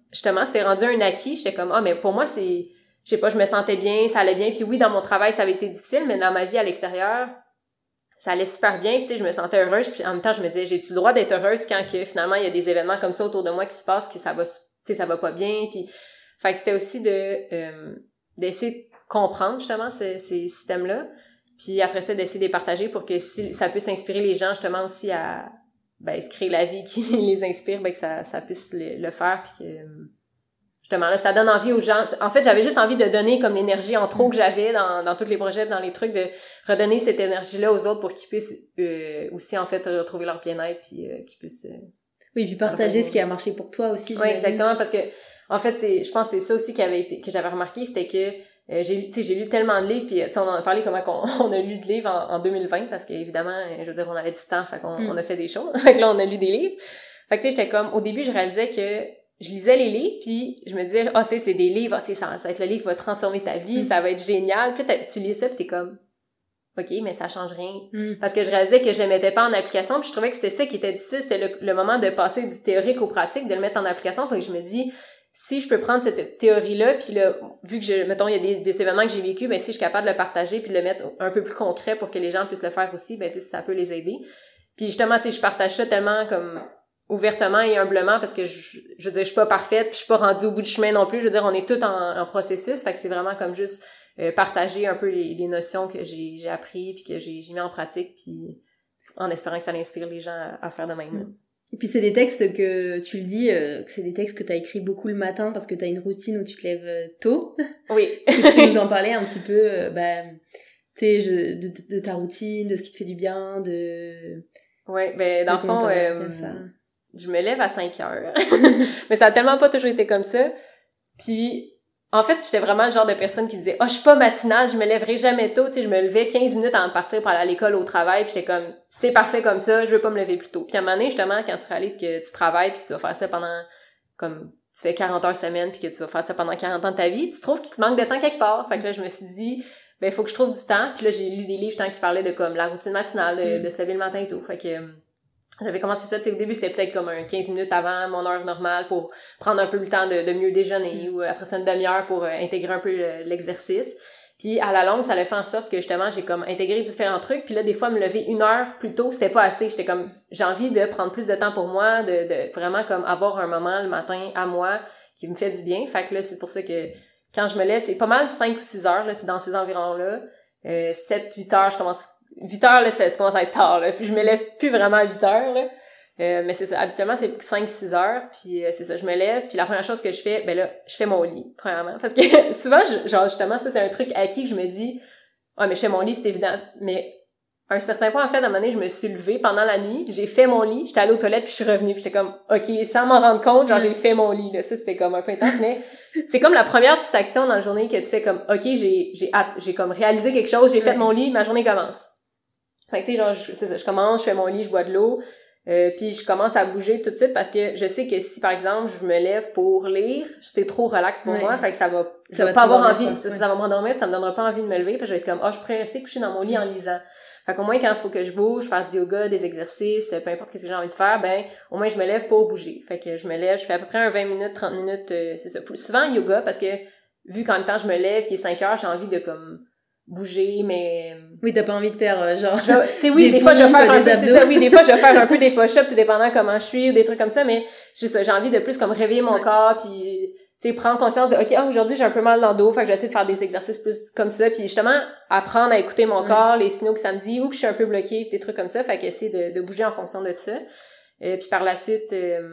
justement, c'était rendu un acquis. J'étais comme, mais pour moi, je sais pas, je me sentais bien, ça allait bien. Puis oui, dans mon travail, ça avait été difficile, mais dans ma vie à l'extérieur, ça allait super bien. Puis tu sais, je me sentais heureuse. Puis en même temps, je me disais, j'ai-tu le droit d'être heureuse quand que finalement, il y a des événements comme ça autour de moi qui se passent, que ça va pas bien. Puis, fait que c'était aussi d'essayer de comprendre, justement, ces systèmes-là. Puis après ça, d'essayer de les partager pour que si ça puisse inspirer les gens, justement, aussi à, se créer la vie qui les inspire, que ça puisse le faire. Puis que, justement, là, ça donne envie aux gens. En fait, j'avais juste envie de donner comme l'énergie en trop que j'avais dans tous les projets, dans les trucs, de redonner cette énergie-là aux autres pour qu'ils puissent aussi, en fait, retrouver leur bien-être, puis qu'ils puissent... oui, puis partager ce qui a marché pour toi aussi. Oui, exactement, parce que, en fait, je pense que c'est ça aussi que j'avais remarqué, c'était que j'ai lu tellement de livres, puis on en a parlé comment on a lu de livres en 2020, parce qu'évidemment, je veux dire, on avait du temps, fait qu'on on a fait des choses. Fait que là, on a lu des livres. Fait que tu sais, j'étais comme, au début, je réalisais que je lisais les livres, puis je me disais, c'est des livres, ça va être le livre qui va transformer ta vie, ça va être génial. Puis tu lis ça, puis t'es comme, OK, mais ça change rien. Parce que je réalisais que je le mettais pas en application, puis je trouvais que c'était ça qui était difficile, c'était le moment de passer du théorique au pratique, de le mettre en application. Fait que je me dis, si je peux prendre cette théorie-là, puis là, vu que mettons, il y a des événements que j'ai vécus, si je suis capable de le partager puis de le mettre un peu plus concret pour que les gens puissent le faire aussi, tu sais, ça peut les aider. Puis justement, tu sais, je partage ça tellement comme ouvertement et humblement parce que je veux dire, je suis pas parfaite, puis je suis pas rendue au bout du chemin non plus. Je veux dire, on est tous en processus, fait que c'est vraiment comme juste partager un peu les notions que j'ai appris puis que j'ai mis en pratique, puis en espérant que ça inspire les gens à faire de même. Et puis c'est des textes que, tu le dis, que c'est des textes que t'as écrit beaucoup le matin parce que t'as une routine où tu te lèves tôt. Oui. Tu peux nous en parler un petit peu, tu sais, de ta routine, de ce qui te fait du bien, Oui, dans le fond, je me lève à 5 heures. Mais ça a tellement pas toujours été comme ça. Puis, en fait, j'étais vraiment le genre de personne qui disait « je suis pas matinale, je me lèverai jamais tôt. » Tu sais, je me levais 15 minutes avant de partir pour aller à l'école, au travail, puis j'étais comme « c'est parfait comme ça, je veux pas me lever plus tôt. » Puis à un moment donné, justement, quand tu réalises que tu travailles puis que tu vas faire ça pendant, comme, tu fais 40 heures semaine puis que tu vas faire ça pendant 40 ans de ta vie, tu trouves qu'il te manque de temps quelque part. Fait que là, je me suis dit « il faut que je trouve du temps. » Puis là, j'ai lu des livres, justement, qui parlaient de, comme, la routine matinale, de se lever le matin et tout. Fait que... j'avais commencé ça, tu sais, au début, c'était peut-être comme 15 minutes avant mon heure normale pour prendre un peu le temps de mieux déjeuner ou après ça une demi-heure pour intégrer un peu l'exercice. Puis à la longue, ça a fait en sorte que justement, j'ai comme intégré différents trucs. Puis là, des fois, me lever 1 heure plus tôt, c'était pas assez. J'étais comme, j'ai envie de prendre plus de temps pour moi, de vraiment comme avoir un moment le matin à moi qui me fait du bien. Fait que là, c'est pour ça que quand je me lève, c'est pas mal 5 ou 6 heures, là, c'est dans ces environs-là. 7-8 heures, 8 heures, là, ça commence à être tard, là. Puis je me lève plus vraiment à 8 heures, là. Mais c'est ça. Habituellement, c'est 5-6 heures. Puis c'est ça. Je me lève. Puis la première chose que je fais, là, je fais mon lit, premièrement. Parce que souvent, justement, ça, c'est un truc acquis que je me dis, mais je fais mon lit, c'est évident. Mais à un certain point, en fait, à un moment donné, je me suis levée pendant la nuit. J'ai fait mon lit. J'étais allée aux toilettes puis je suis revenue. Puis j'étais comme, OK, sans m'en rendre compte, j'ai fait mon lit, là. Ça, c'était comme un peu intense. Mais c'est comme la première petite action dans la journée que tu fais comme, OK, j'ai comme réalisé quelque chose, j'ai fait mon lit, ma journée commence. Fait que tu sais, je commence, je fais mon lit, je bois de l'eau, puis je commence à bouger tout de suite parce que je sais que si, par exemple, je me lève pour lire, c'est trop relax pour moi, fait que je vais pas avoir envie, ça va m'endormir, ça me donnera pas envie de me lever, puis je vais être comme, je pourrais rester couchée dans mon lit en lisant. Fait qu'au moins, quand il faut que je bouge, faire du yoga, des exercices, peu importe ce que j'ai envie de faire, au moins, je me lève pour bouger. Fait que je me lève, je fais à peu près un 20 minutes, 30 minutes, c'est ça. Plus souvent, yoga, parce que, vu qu'en même temps, je me lève, qu'il est 5 heures, j'ai envie de, comme, bouger, mais... Oui, t'as pas envie de faire, genre... Tu sais, oui, des fois, je vais faire un peu, c'est ça, oui, des fois, je vais faire un peu des push-ups, tout dépendant comment je suis, ou des trucs comme ça, mais j'ai envie de plus, comme, réveiller mon corps, puis, tu sais, prendre conscience de, OK, aujourd'hui, j'ai un peu mal dans le dos, fait que j'essaie de faire des exercices plus comme ça, puis justement, apprendre à écouter mon corps, les signaux que ça me dit, ou que je suis un peu bloquée, pis des trucs comme ça, fait qu'essayer de bouger en fonction de ça. Puis par la suite,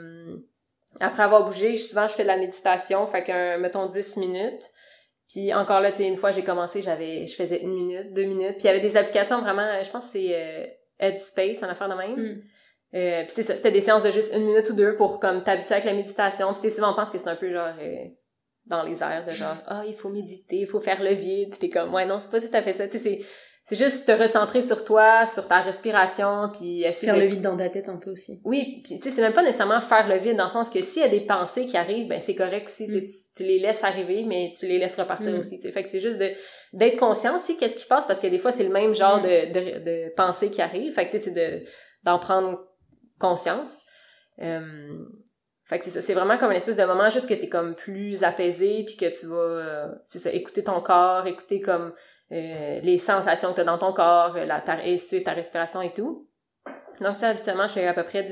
après avoir bougé, souvent, je fais de la méditation, fait que, mettons, 10 minutes. Puis encore là, tu sais, une fois j'ai commencé, je faisais 1 minute, 2 minutes. Puis il y avait des applications vraiment, je pense que c'est Headspace, une affaire de même. Puis c'est ça, c'était des séances de juste 1 minute ou 2 pour comme t'habituer avec la méditation. Puis tu sais, souvent on pense que c'est un peu genre dans les airs de genre il faut méditer, il faut faire le vide. Puis t'es comme ouais non, c'est pas tout à fait ça. Tu sais, c'est juste te recentrer sur toi, sur ta respiration, puis essayer faire le vide dans ta tête un peu aussi. Oui, puis tu sais, c'est même pas nécessairement faire le vide dans le sens que s'il y a des pensées qui arrivent, c'est correct aussi, tu les laisses arriver, mais tu les laisses repartir aussi, tu sais. Fait que c'est juste d'être conscient aussi qu'est-ce qui se passe, parce que des fois, c'est le même genre de pensée qui arrive. Fait que tu sais, c'est d'en prendre conscience. Fait que c'est ça, c'est vraiment comme une espèce de moment juste que t'es comme plus apaisé, puis que tu vas, c'est ça, écouter ton corps, écouter comme les sensations que t'as dans ton corps, suivre ta respiration et tout. Donc ça, habituellement, je fais à peu près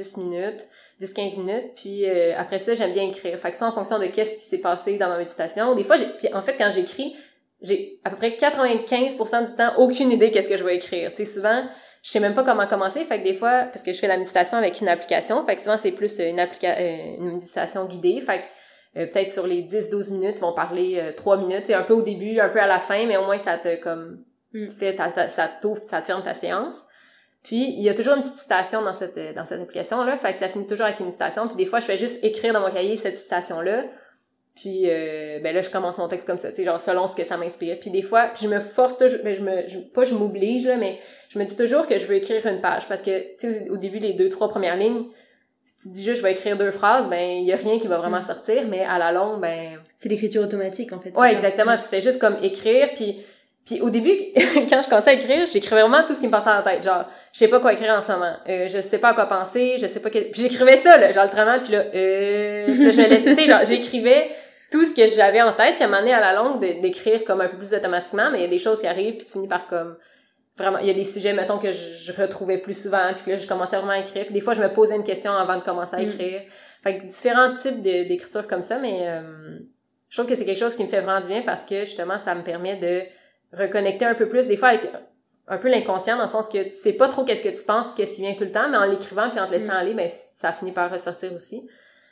10-15 minutes, puis après ça, j'aime bien écrire. Fait que ça, en fonction de qu'est-ce qui s'est passé dans ma méditation. Des fois, puis en fait, quand j'écris, j'ai à peu près 95% du temps aucune idée qu'est-ce que je vais écrire. Tu sais, souvent, je sais même pas comment commencer, fait que des fois, parce que je fais la méditation avec une application, fait que souvent, c'est plus une méditation guidée, fait que peut-être sur les 10-12 minutes, ils vont parler 3 minutes, c'est un peu au début, un peu à la fin, mais au moins, ça te comme fait, ça t'ouvre, ça te ferme ta séance. Puis, il y a toujours une petite citation dans cette application-là, fait que ça finit toujours avec une citation, puis des fois, je fais juste écrire dans mon cahier cette citation-là, puis ben là, je commence mon texte comme ça, tu sais, genre selon ce que ça m'inspire. Puis des fois, je me force toujours, je m'oblige, là, mais je me dis toujours que je veux écrire une page, parce que, tu sais, au début, les 2-3 premières lignes, si tu dis juste je vais écrire 2 phrases, ben il y a rien qui va vraiment sortir, mais à la longue, ben... C'est l'écriture automatique, en fait. Ouais, exactement, tu fais juste comme écrire, puis au début, quand je commençais à écrire, j'écrivais vraiment tout ce qui me passait dans la tête. Genre, je sais pas quoi écrire en ce moment. Je sais pas à quoi penser, je sais pas Puis j'écrivais ça, là, genre, littéralement, puis là, je me laissais, tu sais, genre, j'écrivais tout ce que j'avais en tête, puis à un moment donné, à la longue, d'écrire comme un peu plus automatiquement, mais il y a des choses qui arrivent, puis tu finis par comme... Vraiment, il y a des sujets, mettons, que je retrouvais plus souvent, puis là, je commençais vraiment à écrire, puis des fois, je me posais une question avant de commencer à écrire. Fait que différents types d'écriture comme ça, mais je trouve que c'est quelque chose qui me fait vraiment du bien, parce que, justement, ça me permet de reconnecter un peu plus, des fois avec un peu l'inconscient, dans le sens que tu sais pas trop qu'est-ce que tu penses, qu'est-ce qui vient tout le temps, mais en l'écrivant puis en te laissant aller, ben ça finit par ressortir aussi.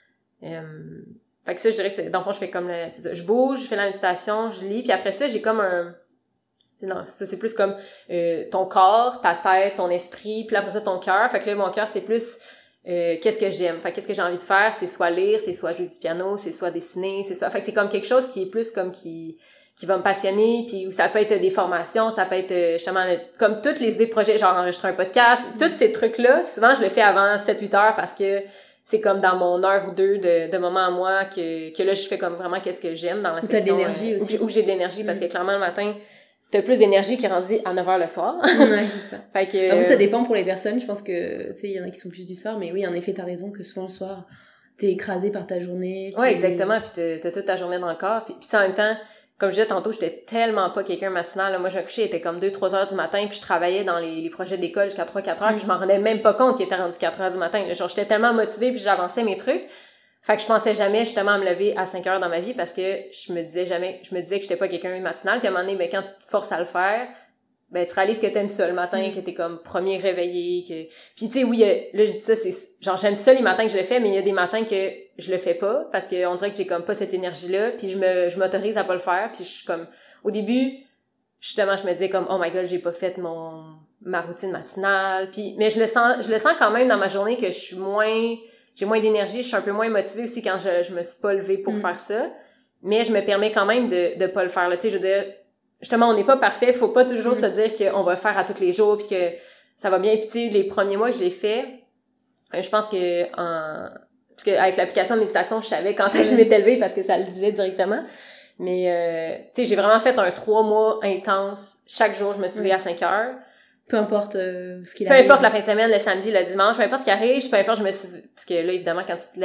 Fait que ça, je dirais que c'est, dans le fond, je fais comme c'est ça, je bouge, je fais la méditation, je lis, puis après ça, j'ai comme non, ça c'est plus comme ton corps, ta tête, ton esprit, puis après ça ton cœur. Fait que là, mon cœur, c'est plus qu'est-ce que j'aime. Fait que qu'est-ce que j'ai envie de faire, c'est soit lire, c'est soit jouer du piano, c'est soit dessiner, c'est soit... Fait que c'est comme quelque chose qui est plus comme qui va me passionner, puis où ça peut être des formations, ça peut être justement comme toutes les idées de projet, genre enregistrer un podcast, tous ces trucs-là, souvent je le fais avant 7-8 heures parce que c'est comme dans mon heure ou deux de moment à moi que là je fais comme vraiment qu'est-ce que j'aime dans la session. T'as de l'énergie aussi. Où j'ai de l'énergie, parce que clairement le matin, t'as plus d'énergie qui est rendue à 9h le soir. Ouais, c'est ça. Fait que... Après, ça dépend pour les personnes, je pense que, tu sais, il y en a qui sont plus du soir, mais oui, en effet, t'as raison que souvent le soir, t'es écrasé par ta journée. Ouais, exactement, puis t'as toute ta journée dans le corps, puis en même temps, comme je disais tantôt, j'étais tellement pas quelqu'un matinal. Là. Moi, je me couchais, il était comme 2-3 heures du matin, puis je travaillais dans les projets d'école jusqu'à 3-4 heures, puis je m'en rendais même pas compte qu'il était rendu 4 heures du matin. Genre, j'étais tellement motivée, puis j'avançais mes trucs. Fait que je pensais jamais, justement, à me lever à 5 heures dans ma vie, parce que je me disais que j'étais pas quelqu'un matinal, puis à un moment donné, ben, quand tu te forces à le faire, ben, tu réalises que t'aimes ça le matin, que t'es comme premier réveillé, puis tu sais, oui, là, je dis ça, c'est, genre, j'aime ça les matins que je le fais, mais il y a des matins que je le fais pas, parce que on dirait que j'ai comme pas cette énergie-là, puis je m'autorise à pas le faire, puis je suis comme, au début, justement, je me disais comme, oh my god, j'ai pas fait ma routine matinale, puis, mais je le sens quand même dans ma journée que j'ai moins d'énergie, je suis un peu moins motivée aussi quand je me suis pas levée pour faire ça, mais je me permets quand même de pas le faire, là, tu sais, je veux dire, justement, on n'est pas parfait, faut pas toujours se dire qu'on va le faire à tous les jours, puis que ça va bien, puis tu sais, les premiers mois que je l'ai fait, je pense que parce que avec l'application de méditation, je savais quand je m'étais levée parce que ça le disait directement. Mais tu sais, j'ai vraiment fait un 3 mois intense. Chaque jour, je me suis levée à 5 heures. Peu importe ce qu'il arrive. arrive. Peu importe la fin de semaine, le samedi, le dimanche, peu importe ce qui arrive, peu importe, parce que là, évidemment, quand tu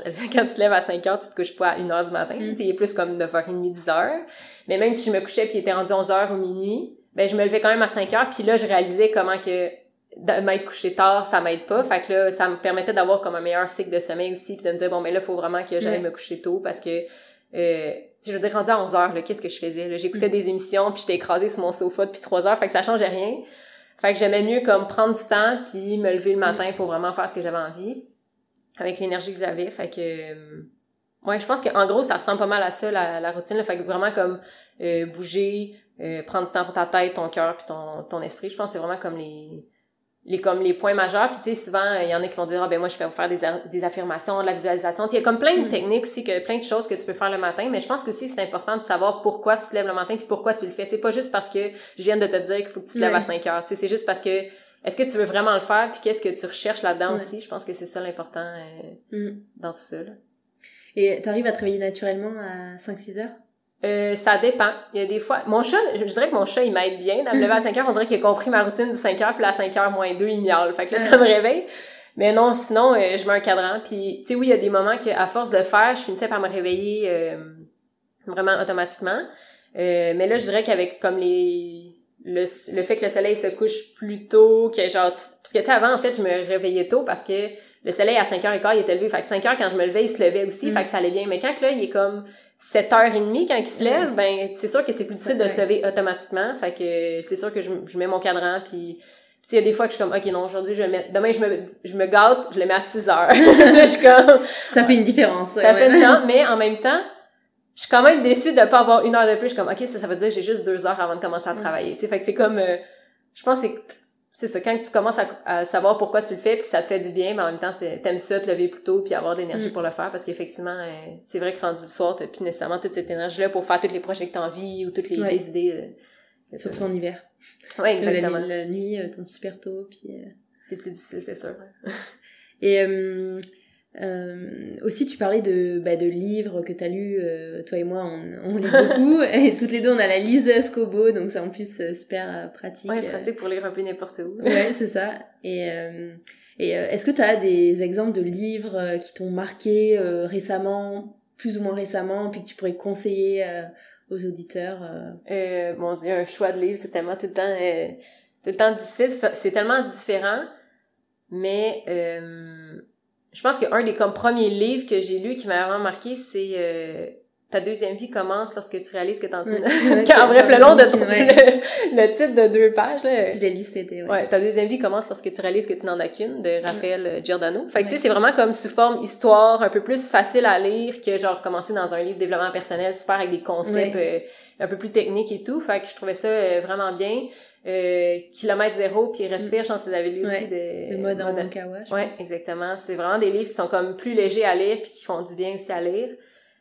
te lèves à 5 heures, tu te couches pas à 1 heure du matin. Tu sais, il est plus comme 9h30, 10h. Mais même si je me couchais puis il était rendu 11h ou minuit, ben, je me levais quand même à 5 heures, puis là, je réalisais comment que de m'être couché tard, ça m'aide pas. Fait que là, ça me permettait d'avoir comme un meilleur cycle de sommeil aussi, puis de me dire, bon, ben là, faut vraiment que j'aille me coucher tôt, parce que, je veux dire, rendu à 11h, là, qu'est-ce que je faisais? Là, j'écoutais des émissions, puis j'étais écrasée sur mon sofa depuis 3 heures, fait que ça changeait rien. Fait que j'aimais mieux comme prendre du temps, puis me lever le matin pour vraiment faire ce que j'avais envie, avec l'énergie que j'avais. Fait que, ouais, je pense qu'en gros, ça ressemble pas mal à ça, la routine, là. Fait que vraiment comme bouger, prendre du temps pour ta tête, ton cœur, puis ton esprit. Je pense que c'est vraiment comme les points majeurs. Puis tu sais, souvent il y en a qui vont dire, ah ben moi je vais vous faire des affirmations, de la visualisation. Il y a comme plein de techniques aussi, plein de choses que tu peux faire le matin, mais je pense que aussi c'est important de savoir pourquoi tu te lèves le matin puis pourquoi tu le fais. Tu sais, pas juste parce que je viens de te dire qu'il faut que tu te lèves à 5 heures. Tu sais, c'est juste parce que est-ce que tu veux vraiment le faire, puis qu'est-ce que tu recherches là-dedans aussi. Je pense que c'est ça l'important dans tout ça, là. Et t'arrives à travailler naturellement à 5-6 heures? Ça dépend. Il y a des fois... Mon chat, je dirais que mon chat, il m'aide bien. Dans me lever à 5 heures, on dirait qu'il a compris ma routine de 5 heures, puis à 5 heures moins 2, il miaule. Fait que là, ça me réveille. Mais non, sinon, je mets un cadran. Puis, tu sais, oui, il y a des moments que à force de faire, je finissais par me réveiller vraiment automatiquement. Mais là, je dirais qu'avec comme le fait que le soleil se couche plus tôt, que genre... Parce que, tu sais, avant, en fait, je me réveillais tôt parce que le soleil, à 5h15, il était levé. Fait que 5h, quand je me levais, il se levait aussi. Fait que ça allait bien. Mais quand là, il est comme 7h30 quand il se lève, ben c'est sûr que c'est plus difficile de se lever automatiquement. Fait que c'est sûr que je mets mon cadran, puis il y a des fois que je suis comme, OK, non, aujourd'hui, je vais mettre... Demain, je me gâte, je le mets à 6h. Là, je suis comme... Ça fait une différence. Ça fait une différence, mais en même temps, je suis quand même déçue de pas avoir 1 heure de plus. Je suis comme, OK, ça veut dire que j'ai juste 2 heures avant de commencer à travailler. Tu sais, fait que c'est comme... je pense que c'est ça, quand tu commences à savoir pourquoi tu le fais puis que ça te fait du bien, mais en même temps, t'aimes ça, te lever plus tôt puis avoir de l'énergie pour le faire, parce qu'effectivement, c'est vrai que rendu le soir, t'as plus nécessairement toute cette énergie-là pour faire tous les projets que t'as envie ou toutes les idées. Surtout en hiver. Ouais, exactement. La nuit tombe super tôt, puis... C'est plus difficile, c'est sûr. Et aussi, tu parlais de livres que t'as lus. Toi et moi, on lit beaucoup. Et toutes les deux, on a la liseuse Kobo, donc c'est en plus super pratique. Ouais, pratique pour lire un peu n'importe où. Ouais, c'est ça. Et est-ce que t'as des exemples de livres qui t'ont marqué récemment, plus ou moins récemment, puis que tu pourrais conseiller aux auditeurs? Mon Dieu, un choix de livres, c'est tellement tout le temps difficile. C'est tellement différent. Mais je pense qu'un des comme premiers livres que j'ai lu qui m'a vraiment marqué, c'est Ta deuxième vie commence lorsque tu réalises que t'en dis... En bref, le long de le titre de 2 pages. Là, je l'ai lu cet été, ouais. Ta deuxième vie commence lorsque tu réalises que tu n'en as qu'une, de Raphaël Giordano. Fait que tu sais, c'est vraiment comme sous forme histoire, un peu plus facile à lire que genre commencer dans un livre de développement personnel, super avec des concepts un peu plus techniques et tout. Fait que je trouvais ça vraiment bien. Kilomètre zéro puis Respire, je pense que vous avez lu aussi de Maud Ankawa. Ouais, exactement. C'est vraiment des livres qui sont comme plus légers à lire puis qui font du bien aussi à lire.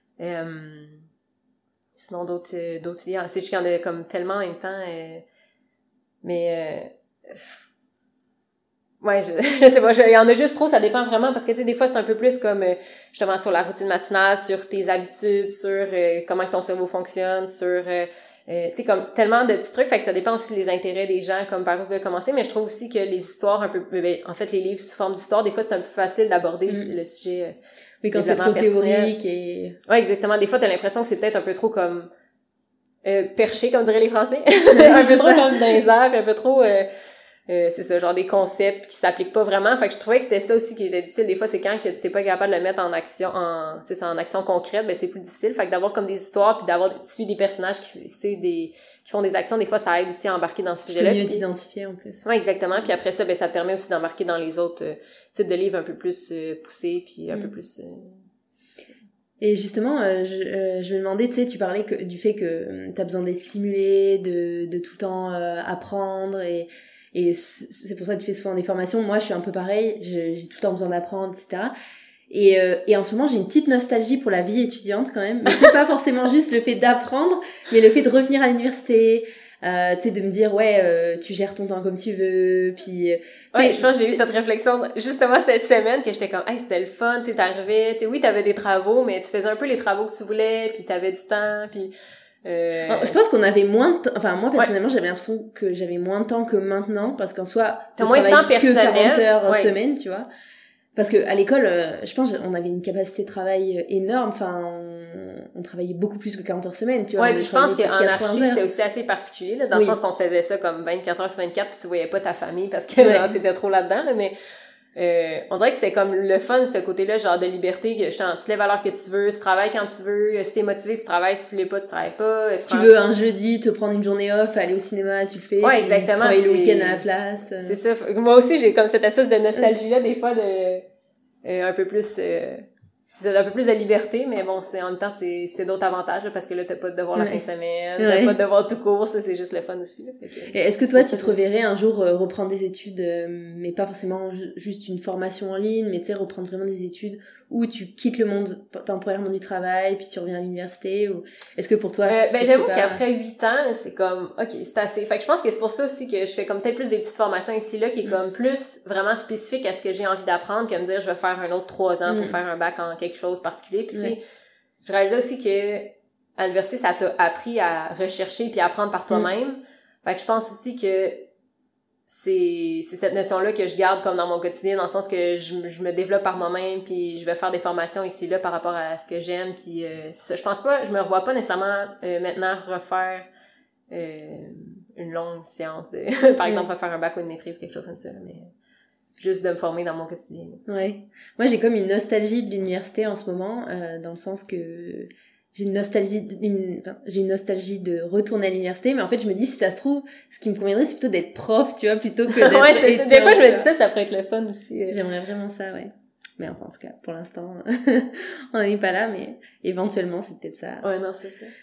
Sinon d'autres idées, c'est juste qu'il y en a comme tellement en même temps, ouais, je sais pas, il y en a juste trop, ça dépend vraiment, parce que tu sais, des fois c'est un peu plus comme justement sur la routine matinale, sur tes habitudes, sur comment que ton cerveau fonctionne, sur tu sais, comme tellement de petits trucs, fait que ça dépend aussi des intérêts des gens, comme par où commencer, mais je trouve aussi que les histoires un peu, en fait les livres sous forme d'histoire, des fois c'est un peu facile d'aborder le sujet. Oui, quand c'est trop théorique et... Ouais, exactement. Des fois, t'as l'impression que c'est peut-être un peu trop comme perché, comme diraient les Français. Un peu trop comme dans les airs, un peu trop... c'est ça, genre des concepts qui s'appliquent pas vraiment. Fait que je trouvais que c'était ça aussi qui était difficile. Des fois, c'est quand que t'es pas capable de le mettre en action, en action concrète, ben c'est plus difficile. Fait que d'avoir comme des histoires, puis d'avoir tu suis des personnages qui font des actions, des fois, ça aide aussi à embarquer dans ce sujet-là. Mieux t'identifier, en plus. Ouais, exactement. Puis après ça, ben ça te permet aussi d'embarquer dans les autres types de livres un peu plus poussés, puis un peu plus... Et justement, je me demandais, tu sais, tu parlais du fait que t'as besoin d'être stimulé, de tout le temps apprendre, et c'est pour ça que tu fais souvent des formations. Moi, je suis un peu pareil, j'ai tout le temps besoin d'apprendre, etc. Et en ce moment, j'ai une petite nostalgie pour la vie étudiante quand même. Mais c'est pas forcément juste le fait d'apprendre, mais le fait de revenir à l'université, tu sais, de me dire, tu gères ton temps comme tu veux, puis... ouais, je pense que j'ai eu cette réflexion justement cette semaine, que j'étais comme, hey, c'était le fun, tu sais, t'arrivais, tu sais, oui, t'avais des travaux, mais tu faisais un peu les travaux que tu voulais, puis t'avais du temps, puis... Je pense qu'on avait moins de temps, enfin moi personnellement j'avais l'impression que j'avais moins de temps que maintenant, parce qu'en soi t'as moins de temps personnel, que 40 heures semaine, tu vois, parce que à l'école je pense on avait une capacité de travail énorme, enfin on travaillait beaucoup plus que 40 heures semaine, tu vois. Ouais, puis je pense qu'en archi c'était aussi assez particulier là, dans le sens qu'on faisait ça comme 24 heures sur 24 puis tu voyais pas ta famille parce que genre, t'étais trop là-dedans là, mais on dirait que c'était comme le fun, ce côté-là, genre de liberté, que tu te lèves à l'heure que tu veux, tu travailles quand tu veux, si t'es motivé, tu travailles, si tu l'es pas, tu travailles pas. Tu veux un jeudi te prendre une journée off, aller au cinéma, tu le fais. Ouais, exactement. Tu travailles le week-end à la place. C'est ça. Moi aussi, j'ai comme cette espèce de nostalgie-là, des fois, de un peu plus... c'est un peu plus de liberté, mais bon, en même temps, c'est d'autres avantages, là, parce que là, t'as pas de devoir la fin de semaine, t'as pas de devoir tout court, ça, c'est juste le fun aussi, là. Et est-ce que toi, tu te reverrais un jour reprendre des études, mais pas forcément juste une formation en ligne, mais tu sais, reprendre vraiment des études où tu quittes le monde temporairement du travail, puis tu reviens à l'université, ou est-ce que pour toi, j'avoue qu'après 8 ans, là, c'est comme, ok, c'est assez. Fait que je pense que c'est pour ça aussi que je fais comme peut-être plus des petites formations ici, là, qui est comme plus vraiment spécifique à ce que j'ai envie d'apprendre, que me dire, je vais faire un autre 3 ans pour faire un bac en quelque chose particulier. Puis tu sais, je réalisais aussi que à l'université, ça t'a appris à rechercher puis à apprendre par toi-même. Fait que je pense aussi que c'est cette notion-là que je garde comme dans mon quotidien, dans le sens que je me développe par moi-même, puis je vais faire des formations ici et là par rapport à ce que j'aime, puis c'est ça. Je me revois pas nécessairement maintenant refaire une longue séance de par exemple refaire un bac ou une maîtrise, quelque chose comme ça, mais juste de me former dans mon quotidien. Ouais. Moi, j'ai comme une nostalgie de l'université en ce moment, dans le sens que j'ai une nostalgie de retourner à l'université, mais en fait, je me dis, si ça se trouve, ce qui me conviendrait, c'est plutôt d'être prof, tu vois, plutôt que d'être ouais, c'est ça. Des fois, je me dis ça pourrait être le fun aussi. J'aimerais vraiment ça, ouais. Mais enfin, en tout cas, pour l'instant, on n'est pas là, mais éventuellement, c'est peut-être ça. Ouais, non, c'est ça.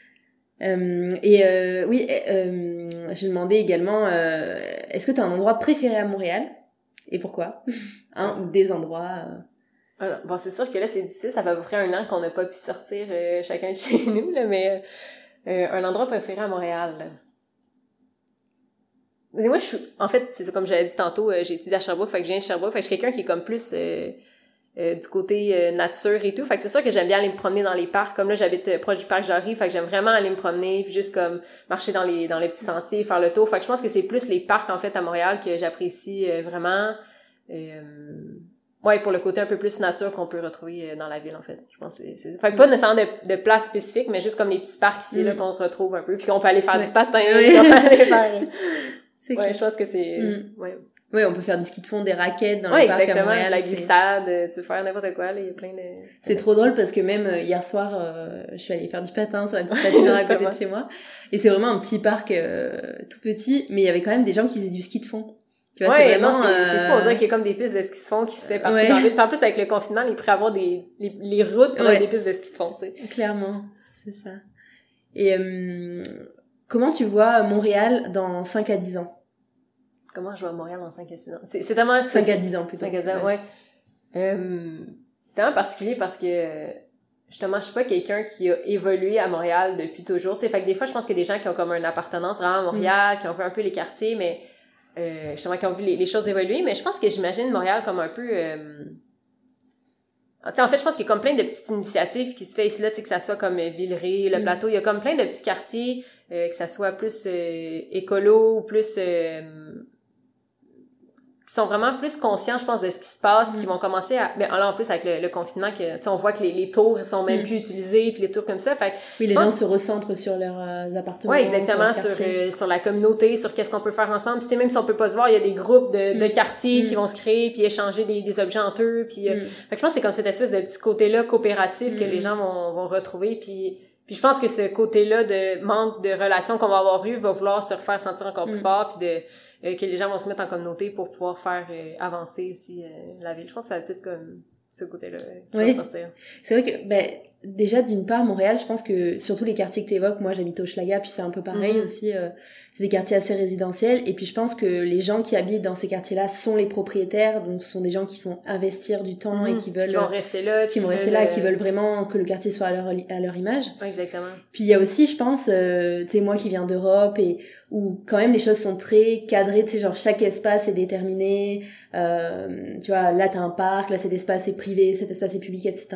Oui, je me demandais également, est-ce que t'as un endroit préféré à Montréal? Et pourquoi? Un ou des endroits Alors, bon, c'est sûr que là, c'est difficile. Ça fait à peu près 1 an qu'on n'a pas pu sortir chacun de chez nous, là, mais un endroit préféré à Montréal. Là. Mais moi, en fait, c'est ça, comme j'avais dit tantôt, j'ai étudié à Sherbrooke, fait que je viens de Sherbrooke, fait que je suis quelqu'un qui est comme plus du côté nature et tout. Fait que c'est sûr que j'aime bien aller me promener dans les parcs. Comme là, j'habite proche du parc Jarry, fait que j'aime vraiment aller me promener, puis juste comme marcher dans les petits sentiers, faire le tour. Fait que je pense que c'est plus les parcs, en fait, à Montréal que j'apprécie vraiment. Ouais, pour le côté un peu plus nature qu'on peut retrouver dans la ville, en fait. Je pense que c'est... Fait que pas nécessairement de place spécifique, mais juste comme les petits parcs ici, là, qu'on retrouve un peu, puis qu'on peut aller faire du patin, qu'on peut aller faire... C'est ouais, je pense que c'est... Ouais. Oui, on peut faire du ski de fond, des raquettes dans les parcs à Montréal. La glissade, tu peux faire n'importe quoi, là, il y a plein de... C'est trop drôle parce que même hier soir, je suis allée faire du patin sur la petite patinoire à côté de chez moi. Et c'est vraiment un petit parc tout petit, mais il y avait quand même des gens qui faisaient du ski de fond. Tu vois, ouais, c'est vraiment... c'est fou, on dirait qu'il y a comme des pistes de ski de fond qui se fait partout dans la ville. Puis en plus, avec le confinement, il pourrait y avoir les routes pour des pistes de ski de fond, tu sais. Clairement, c'est ça. Et comment tu vois Montréal dans 5 à 10 ans? Comment je vois Montréal dans 5 à 6 ans? C'est tellement... 5 à 10 ans, plutôt. 5 à 10 ans, ouais. C'est tellement particulier parce que, justement, je suis pas quelqu'un qui a évolué à Montréal depuis toujours, tu sais. Fait que des fois, je pense qu'il y a des gens qui ont comme une appartenance vraiment à Montréal, qui ont vu un peu les quartiers, mais justement, qui ont vu les choses évoluer. Mais je pense que j'imagine Montréal comme un peu... Tu sais, en fait, je pense qu'il y a comme plein de petites initiatives qui se fait ici, là, tu sais, que ça soit comme Villeray, le plateau. Il y a comme plein de petits quartiers, que ça soit plus écolo ou plus... qui sont vraiment plus conscients, je pense, de ce qui se passe, puis qui vont commencer à... Ben, là, en plus, avec le confinement, que, tu sais, on voit que les tours, ils sont même plus utilisés, puis les tours comme ça, fait que... Oui, les gens se recentrent sur leurs appartements. Ouais, exactement, sur la communauté, sur qu'est-ce qu'on peut faire ensemble. Puis, tu sais, même si on peut pas se voir, il y a des groupes de quartiers qui vont se créer, puis échanger des objets entre eux, puis... Fait que je pense que c'est comme cette espèce de petit côté-là coopératif que les gens vont retrouver, puis je pense que ce côté-là de manque de relations qu'on va avoir eu va vouloir se refaire sentir encore plus fort, puis que les gens vont se mettre en communauté pour pouvoir faire avancer aussi la ville. Je pense que ça va peut-être comme ce côté-là qui va sortir. C'est vrai que déjà d'une part Montréal, je pense que surtout les quartiers que t'évoques, moi j'habite au Hochelaga, puis c'est un peu pareil aussi, c'est des quartiers assez résidentiels, et puis je pense que les gens qui habitent dans ces quartiers-là sont les propriétaires, donc ce sont des gens qui vont investir du temps et qui veulent qui vont rester là, qui veulent vraiment que le quartier soit à leur image. Ouais, exactement. Puis il y a aussi, je pense, tu sais, moi qui viens d'Europe et où quand même les choses sont très cadrées, tu sais, genre chaque espace est déterminé, tu vois, là t'as un parc, là cet espace est privé, cet espace est public, etc.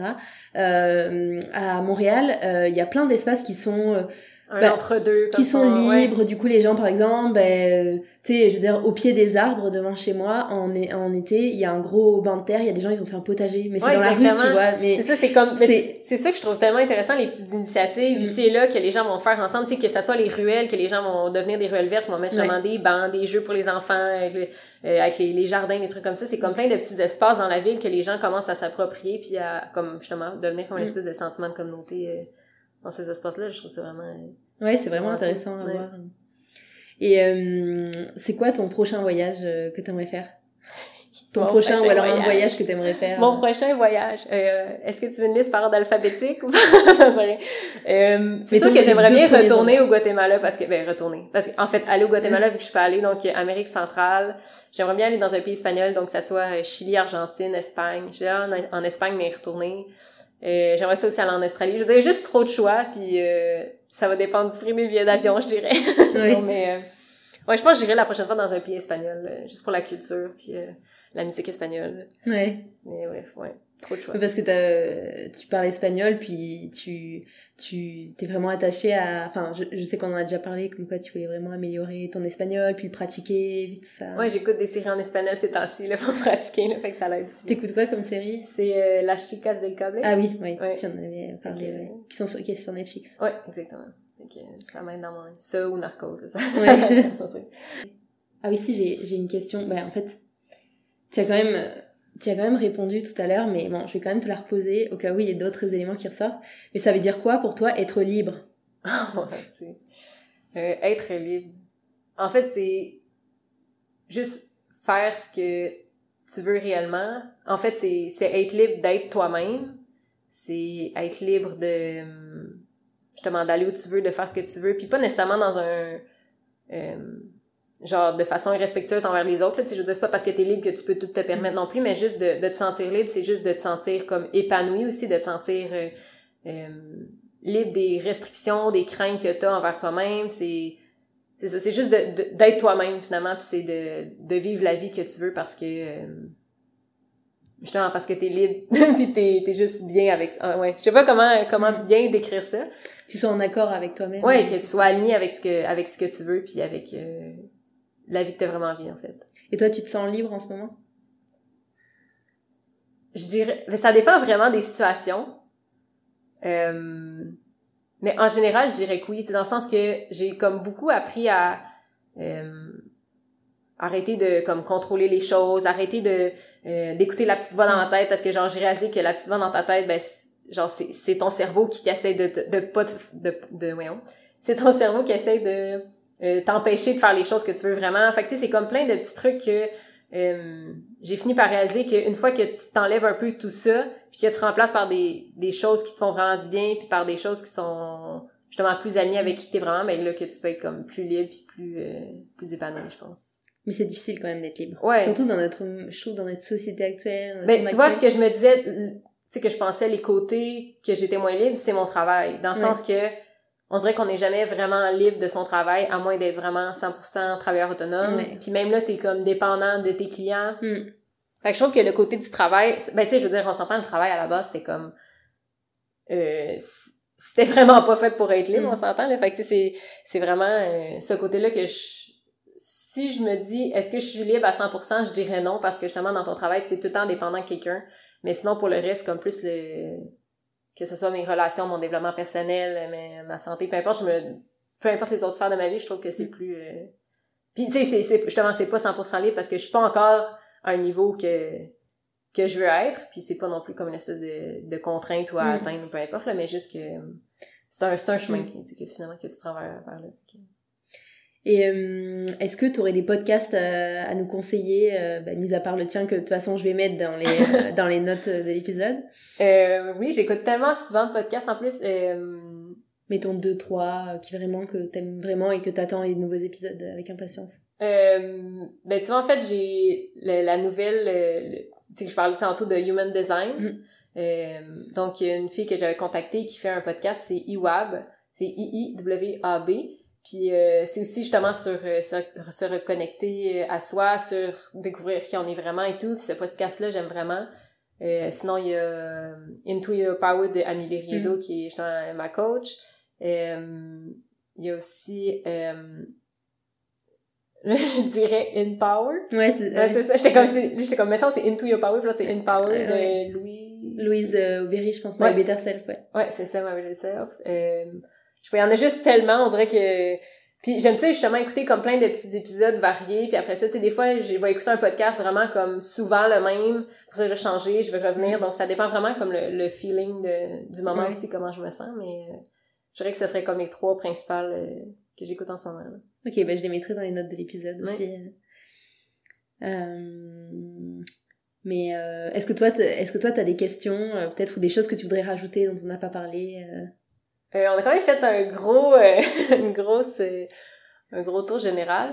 À Montréal, il y a plein d'espaces qui sont entre-deux, qui sont libres. Du coup, les gens, par exemple, tu sais, je veux dire, au pied des arbres devant chez moi, en été, il y a un gros banc de terre, il y a des gens, ils ont fait un potager, mais c'est dans la rue, tu vois. Mais c'est ça, c'est comme, c'est ça que je trouve tellement intéressant, les petites initiatives ici et là que les gens vont faire ensemble, tu sais, que ça soit les ruelles, que les gens vont devenir des ruelles vertes, vont mettre justement des bancs, des jeux pour les enfants, avec les jardins, des trucs comme ça. C'est comme plein de petits espaces dans la ville que les gens commencent à s'approprier, puis à, comme, justement, devenir comme une espèce de sentiment de communauté, dans ces espaces-là. Je trouve ça vraiment... Ouais, c'est vraiment intéressant à voir. Et c'est quoi ton prochain voyage que t'aimerais faire? Ton prochain ou alors un voyage que t'aimerais faire? Mon prochain voyage. Est-ce que tu veux une liste par ordre alphabétique ou pas? C'est sûr que j'aimerais bien retourner au Guatemala parce qu'en fait, aller au Guatemala, vu que je suis pas allée, donc Amérique centrale, j'aimerais bien aller dans un pays espagnol, donc que ça soit Chili, Argentine, Espagne. J'ai en Espagne, mais y retourner. J'aimerais ça aussi aller en Australie. Je dirais juste trop de choix, puis ça va dépendre du prix des billets d'avion, je dirais. Oui. Non, mais ouais, je pense que j'irai la prochaine fois dans un pays espagnol, juste pour la culture, puis la musique espagnole. Ouais. Mais ouais. trop de choix. Parce que tu parles espagnol, puis tu t'es vraiment attaché à... Enfin, je sais qu'on en a déjà parlé, comme quoi tu voulais vraiment améliorer ton espagnol, puis le pratiquer, puis tout ça. Ouais, j'écoute des séries en espagnol ces temps-ci, là, pour pratiquer, là, fait que ça l'aide aussi. T'écoutes quoi comme série? C'est Las Chicas del Cable. Ah oui, tu en Ouais. avais parlé, Ok. ouais. Qui est sur Netflix. Ouais, exactement. Fait que ça m'aide dans mon... Ça ou Narcos, c'est ça. Ouais. C'est ça. Ah oui, si, j'ai une question. Ben, en fait, tu as quand même répondu tout à l'heure, mais bon, je vais quand même te la reposer au cas où il y a d'autres éléments qui ressortent. Mais ça veut dire quoi pour toi être libre? Ouais, tu sais. Être libre. En fait, c'est juste faire ce que tu veux réellement. En fait, c'est être libre d'être toi-même. C'est être libre de, justement, d'aller où tu veux, de faire ce que tu veux. Puis pas nécessairement dans un... genre de façon irrespectueuse envers les autres, là. Tu sais, je veux dire, c'est pas parce que t'es libre que tu peux tout te permettre non plus, mais juste de te sentir libre, c'est juste de te sentir comme épanoui aussi, de te sentir libre des restrictions, des craintes que t'as envers toi-même. C'est ça, c'est juste d'être toi-même finalement, puis c'est de vivre la vie que tu veux parce que justement parce que t'es libre puis t'es juste bien avec ça. Ouais, je sais pas comment bien décrire ça. Tu sois en accord avec toi-même. Ouais, que tu sois aligné avec ce que tu veux puis avec la vie que t'as vraiment envie en fait. Et toi, tu te sens libre en ce moment? Je dirais, ça dépend vraiment des situations. Mais en général, je dirais que oui, dans le sens que j'ai comme beaucoup appris à arrêter de comme contrôler les choses, arrêter d'écouter la petite voix dans ma tête parce que genre j'ai réalisé que la petite voix dans ta tête, ben genre c'est ton cerveau qui essaie voyons, c'est ton cerveau qui essaie de t'empêcher de faire les choses que tu veux vraiment. Fait que tu sais, c'est comme plein de petits trucs que j'ai fini par réaliser qu'une fois que tu t'enlèves un peu tout ça, puis que tu remplaces par des choses qui te font vraiment du bien, puis par des choses qui sont justement plus alignées avec qui t'es vraiment, ben là que tu peux être comme plus libre puis plus épanoui, je pense. Mais c'est difficile quand même d'être libre. Ouais. Surtout je trouve dans notre société actuelle. Ben tu vois, ce que je me disais, tu sais, que je pensais les côtés que j'étais moins libre, c'est mon travail, dans le sens que on dirait qu'on n'est jamais vraiment libre de son travail, à moins d'être vraiment 100% travailleur autonome. Ouais. Puis même là, t'es comme dépendant de tes clients. Fait que je trouve que le côté du travail, ben tu sais, je veux dire, on s'entend, le travail à la base, c'était comme... c'était vraiment pas fait pour être libre, on s'entend, là. Fait que tu sais, c'est vraiment ce côté-là que si je me dis, est-ce que je suis libre à 100%, je dirais non, parce que justement, dans ton travail, t'es tout le temps dépendant de quelqu'un. Mais sinon, pour le reste, comme plus que ce soit mes relations, mon développement personnel, ma santé, peu importe les autres sphères de ma vie, je trouve que c'est plus... Puis, tu sais, justement, c'est pas 100% libre parce que je suis pas encore à un niveau que je veux être, puis c'est pas non plus comme une espèce de contrainte ou à atteindre ou peu importe, là, mais juste que c'est un chemin que finalement que tu te rends vers là. Okay. Et est-ce que tu aurais des podcasts à nous conseiller, mis à part le tien que de toute façon je vais mettre dans les notes de l'épisode? Oui, j'écoute tellement souvent de podcasts en plus. Mettons 2-3 que t'aimes vraiment et que t'attends les nouveaux épisodes avec impatience. Ben tu vois, en fait, j'ai la nouvelle, tu sais, je parlais tantôt de Human Design. Donc, il y a une fille que j'avais contactée qui fait un podcast, c'est IWAB, c'est IIWAB. Puis c'est aussi justement sur se reconnecter à soi, sur découvrir qui on est vraiment et tout. Puis ce podcast-là, j'aime vraiment. Sinon, il y a Into Your Power de Amélie Riedo, qui est justement ma coach. Il y a aussi... je dirais In Power. Ouais, c'est ça. J'étais comme, mais ça, c'est Into Your Power. Puis là, c'est In Power de Louise Aubéry, je pense. My Better Self, ouais. Ouais, c'est ça, My Better Self. Je sais pas, il y en a juste tellement, on dirait que... Puis j'aime ça justement écouter comme plein de petits épisodes variés, puis après ça, tu sais, des fois, je vais écouter un podcast vraiment comme souvent le même, pour ça je vais changer, je vais revenir, donc ça dépend vraiment comme le feeling du moment aussi, comment je me sens, mais je dirais que ce serait comme les 3 principales que j'écoute en ce moment. Là. Ok, ben je les mettrai dans les notes de l'épisode aussi. Mais est-ce que toi t'as des questions, peut-être, ou des choses que tu voudrais rajouter dont on n'a pas parlé on a quand même fait un gros tour général.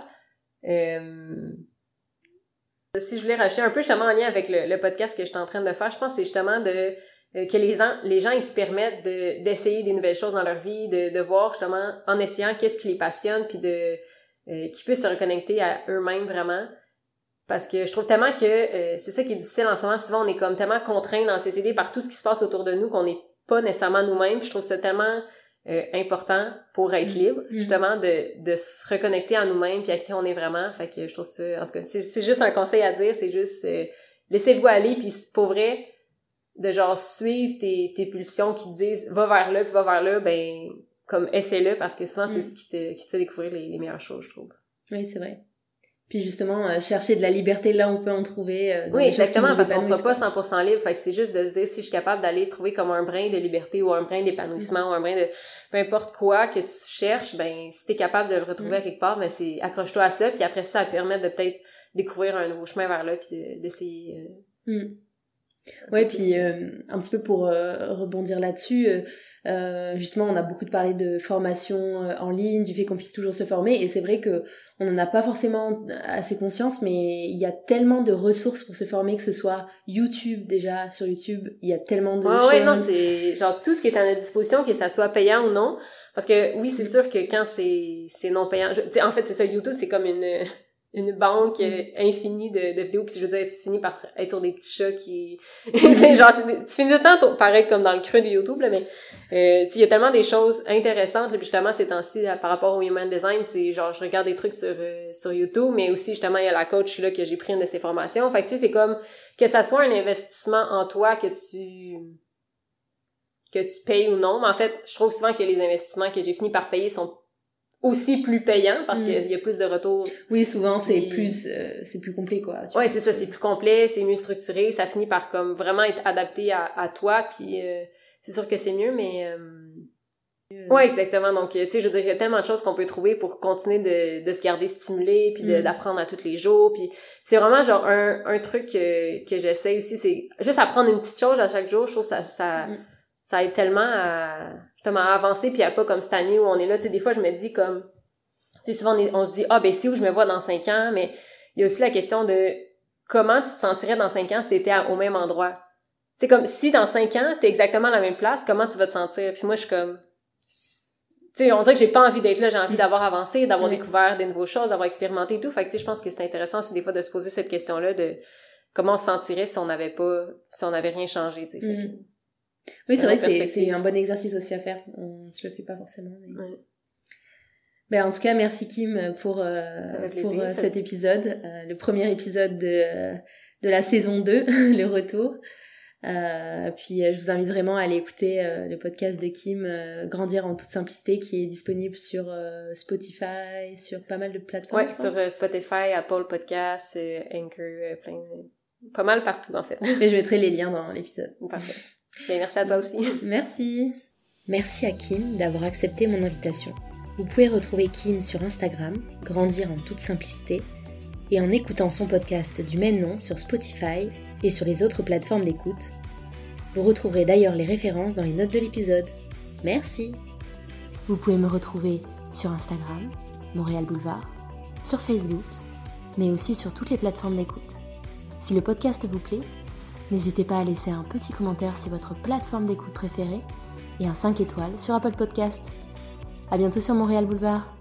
Si je voulais rajouter un peu justement en lien avec le podcast que je suis en train de faire, je pense que c'est justement que les gens ils se permettent d'essayer des nouvelles choses dans leur vie, de voir justement en essayant qu'est-ce qui les passionne, puis qu'ils puissent se reconnecter à eux-mêmes vraiment. Parce que je trouve tellement que c'est ça qui est difficile en ce moment. Souvent, on est comme tellement contraint dans CCD par tout ce qui se passe autour de nous qu'on n'est pas nécessairement nous-mêmes. Puis je trouve ça tellement important pour être libre, justement, de se reconnecter à nous-mêmes puis à qui on est vraiment. Fait que je trouve ça... En tout cas, c'est juste un conseil à dire. C'est juste laissez-vous aller. Puis pour vrai, de genre suivre tes pulsions qui te disent « va vers là » puis « va vers là », ben comme essaie-le parce que souvent, c'est ce qui te fait découvrir les meilleures choses, je trouve. Oui, c'est vrai. Puis justement, chercher de la liberté là où on peut en trouver. Oui, exactement, parce qu'on sera pas 100% libre. Fait que c'est juste de se dire si je suis capable d'aller trouver comme un brin de liberté ou un brin d'épanouissement ou un brin de peu importe quoi que tu cherches, ben si t'es capable de le retrouver à quelque part, ben c'est accroche-toi à ça. Puis après ça permet de peut-être découvrir un nouveau chemin vers là puis d'essayer. Ouais, puis un petit peu pour rebondir là-dessus. Justement, on a beaucoup parlé de formation en ligne, du fait qu'on puisse toujours se former, et c'est vrai que on n'en a pas forcément assez conscience, mais il y a tellement de ressources pour se former, que ce soit YouTube déjà, sur YouTube, il y a tellement de chaînes. Ouais, non, c'est genre tout ce qui est à notre disposition, que ça soit payant ou non, parce que oui, c'est sûr que quand c'est non payant, en fait, c'est ça, YouTube, c'est comme une banque infinie de vidéos, puis je veux dire, tu finis par être sur des petits chats qui... c'est genre, tu finis de temps paraître comme dans le creux de YouTube, là, mais il y a tellement des choses intéressantes, là, puis justement, ces temps-ci, là, par rapport au Human Design, c'est genre, je regarde des trucs sur YouTube, mais aussi, justement, il y a la coach, là, que j'ai pris une de ses formations. Fait que, tu sais, c'est comme, que ça soit un investissement en toi que tu payes ou non, mais en fait, je trouve souvent que les investissements que j'ai fini par payer sont aussi plus payant parce qu'il y a plus de retours. Oui, souvent c'est plus complet quoi. Ouais, c'est ça, c'est plus complet, c'est mieux structuré, ça finit par comme vraiment être adapté à toi, puis c'est sûr que c'est mieux, mais ouais, exactement. Donc tu sais, je veux dire, il y a tellement de choses qu'on peut trouver pour continuer de se garder stimulé, puis d'apprendre à tous les jours, puis c'est vraiment genre un truc que j'essaie aussi, c'est juste apprendre une petite chose à chaque jour. Je trouve ça aide tellement à justement à avancer, puis à pas comme cette année où on est là, tu sais, des fois je me dis comme, tu sais, souvent on se dit ben c'est où je me vois dans 5 ans, mais il y a aussi la question de comment tu te sentirais dans 5 ans si t'étais au même endroit. Tu sais, comme si dans 5 ans t'es exactement à la même place, comment tu vas te sentir? Puis moi je suis comme, tu sais, on dirait que j'ai pas envie d'être là, j'ai envie d'avoir avancé, d'avoir découvert des nouvelles choses, d'avoir expérimenté et tout. Fait que tu sais, je pense que c'est intéressant aussi des fois de se poser cette question-là de comment on se sentirait si on n'avait rien changé, tu sais. Oui, c'est vrai que c'est un bon exercice aussi à faire. Je le fais pas forcément. Mais... Ouais. Ben, en tout cas, merci Kim pour cet épisode, le premier épisode de la saison 2, le retour. Puis je vous invite vraiment à aller écouter le podcast de Kim, Grandir en toute simplicité, qui est disponible sur Spotify, sur pas mal de plateformes. Ouais, sur Spotify, Apple Podcasts, Anchor, pas mal partout en fait. Mais je mettrai les liens dans l'épisode. Parfait. Bien, merci à toi aussi. Merci. Merci à Kim d'avoir accepté mon invitation. Vous pouvez retrouver Kim sur Instagram, Grandir en toute simplicité, et en écoutant son podcast du même nom sur Spotify et sur les autres plateformes d'écoute. Vous retrouverez d'ailleurs les références dans les notes de l'épisode. Merci. Vous pouvez me retrouver sur Instagram, Montréal Boulevard, sur Facebook, mais aussi sur toutes les plateformes d'écoute. Si le podcast vous plaît, n'hésitez pas à laisser un petit commentaire sur votre plateforme d'écoute préférée et un 5 étoiles sur Apple Podcast. À bientôt sur Montréal Boulevard.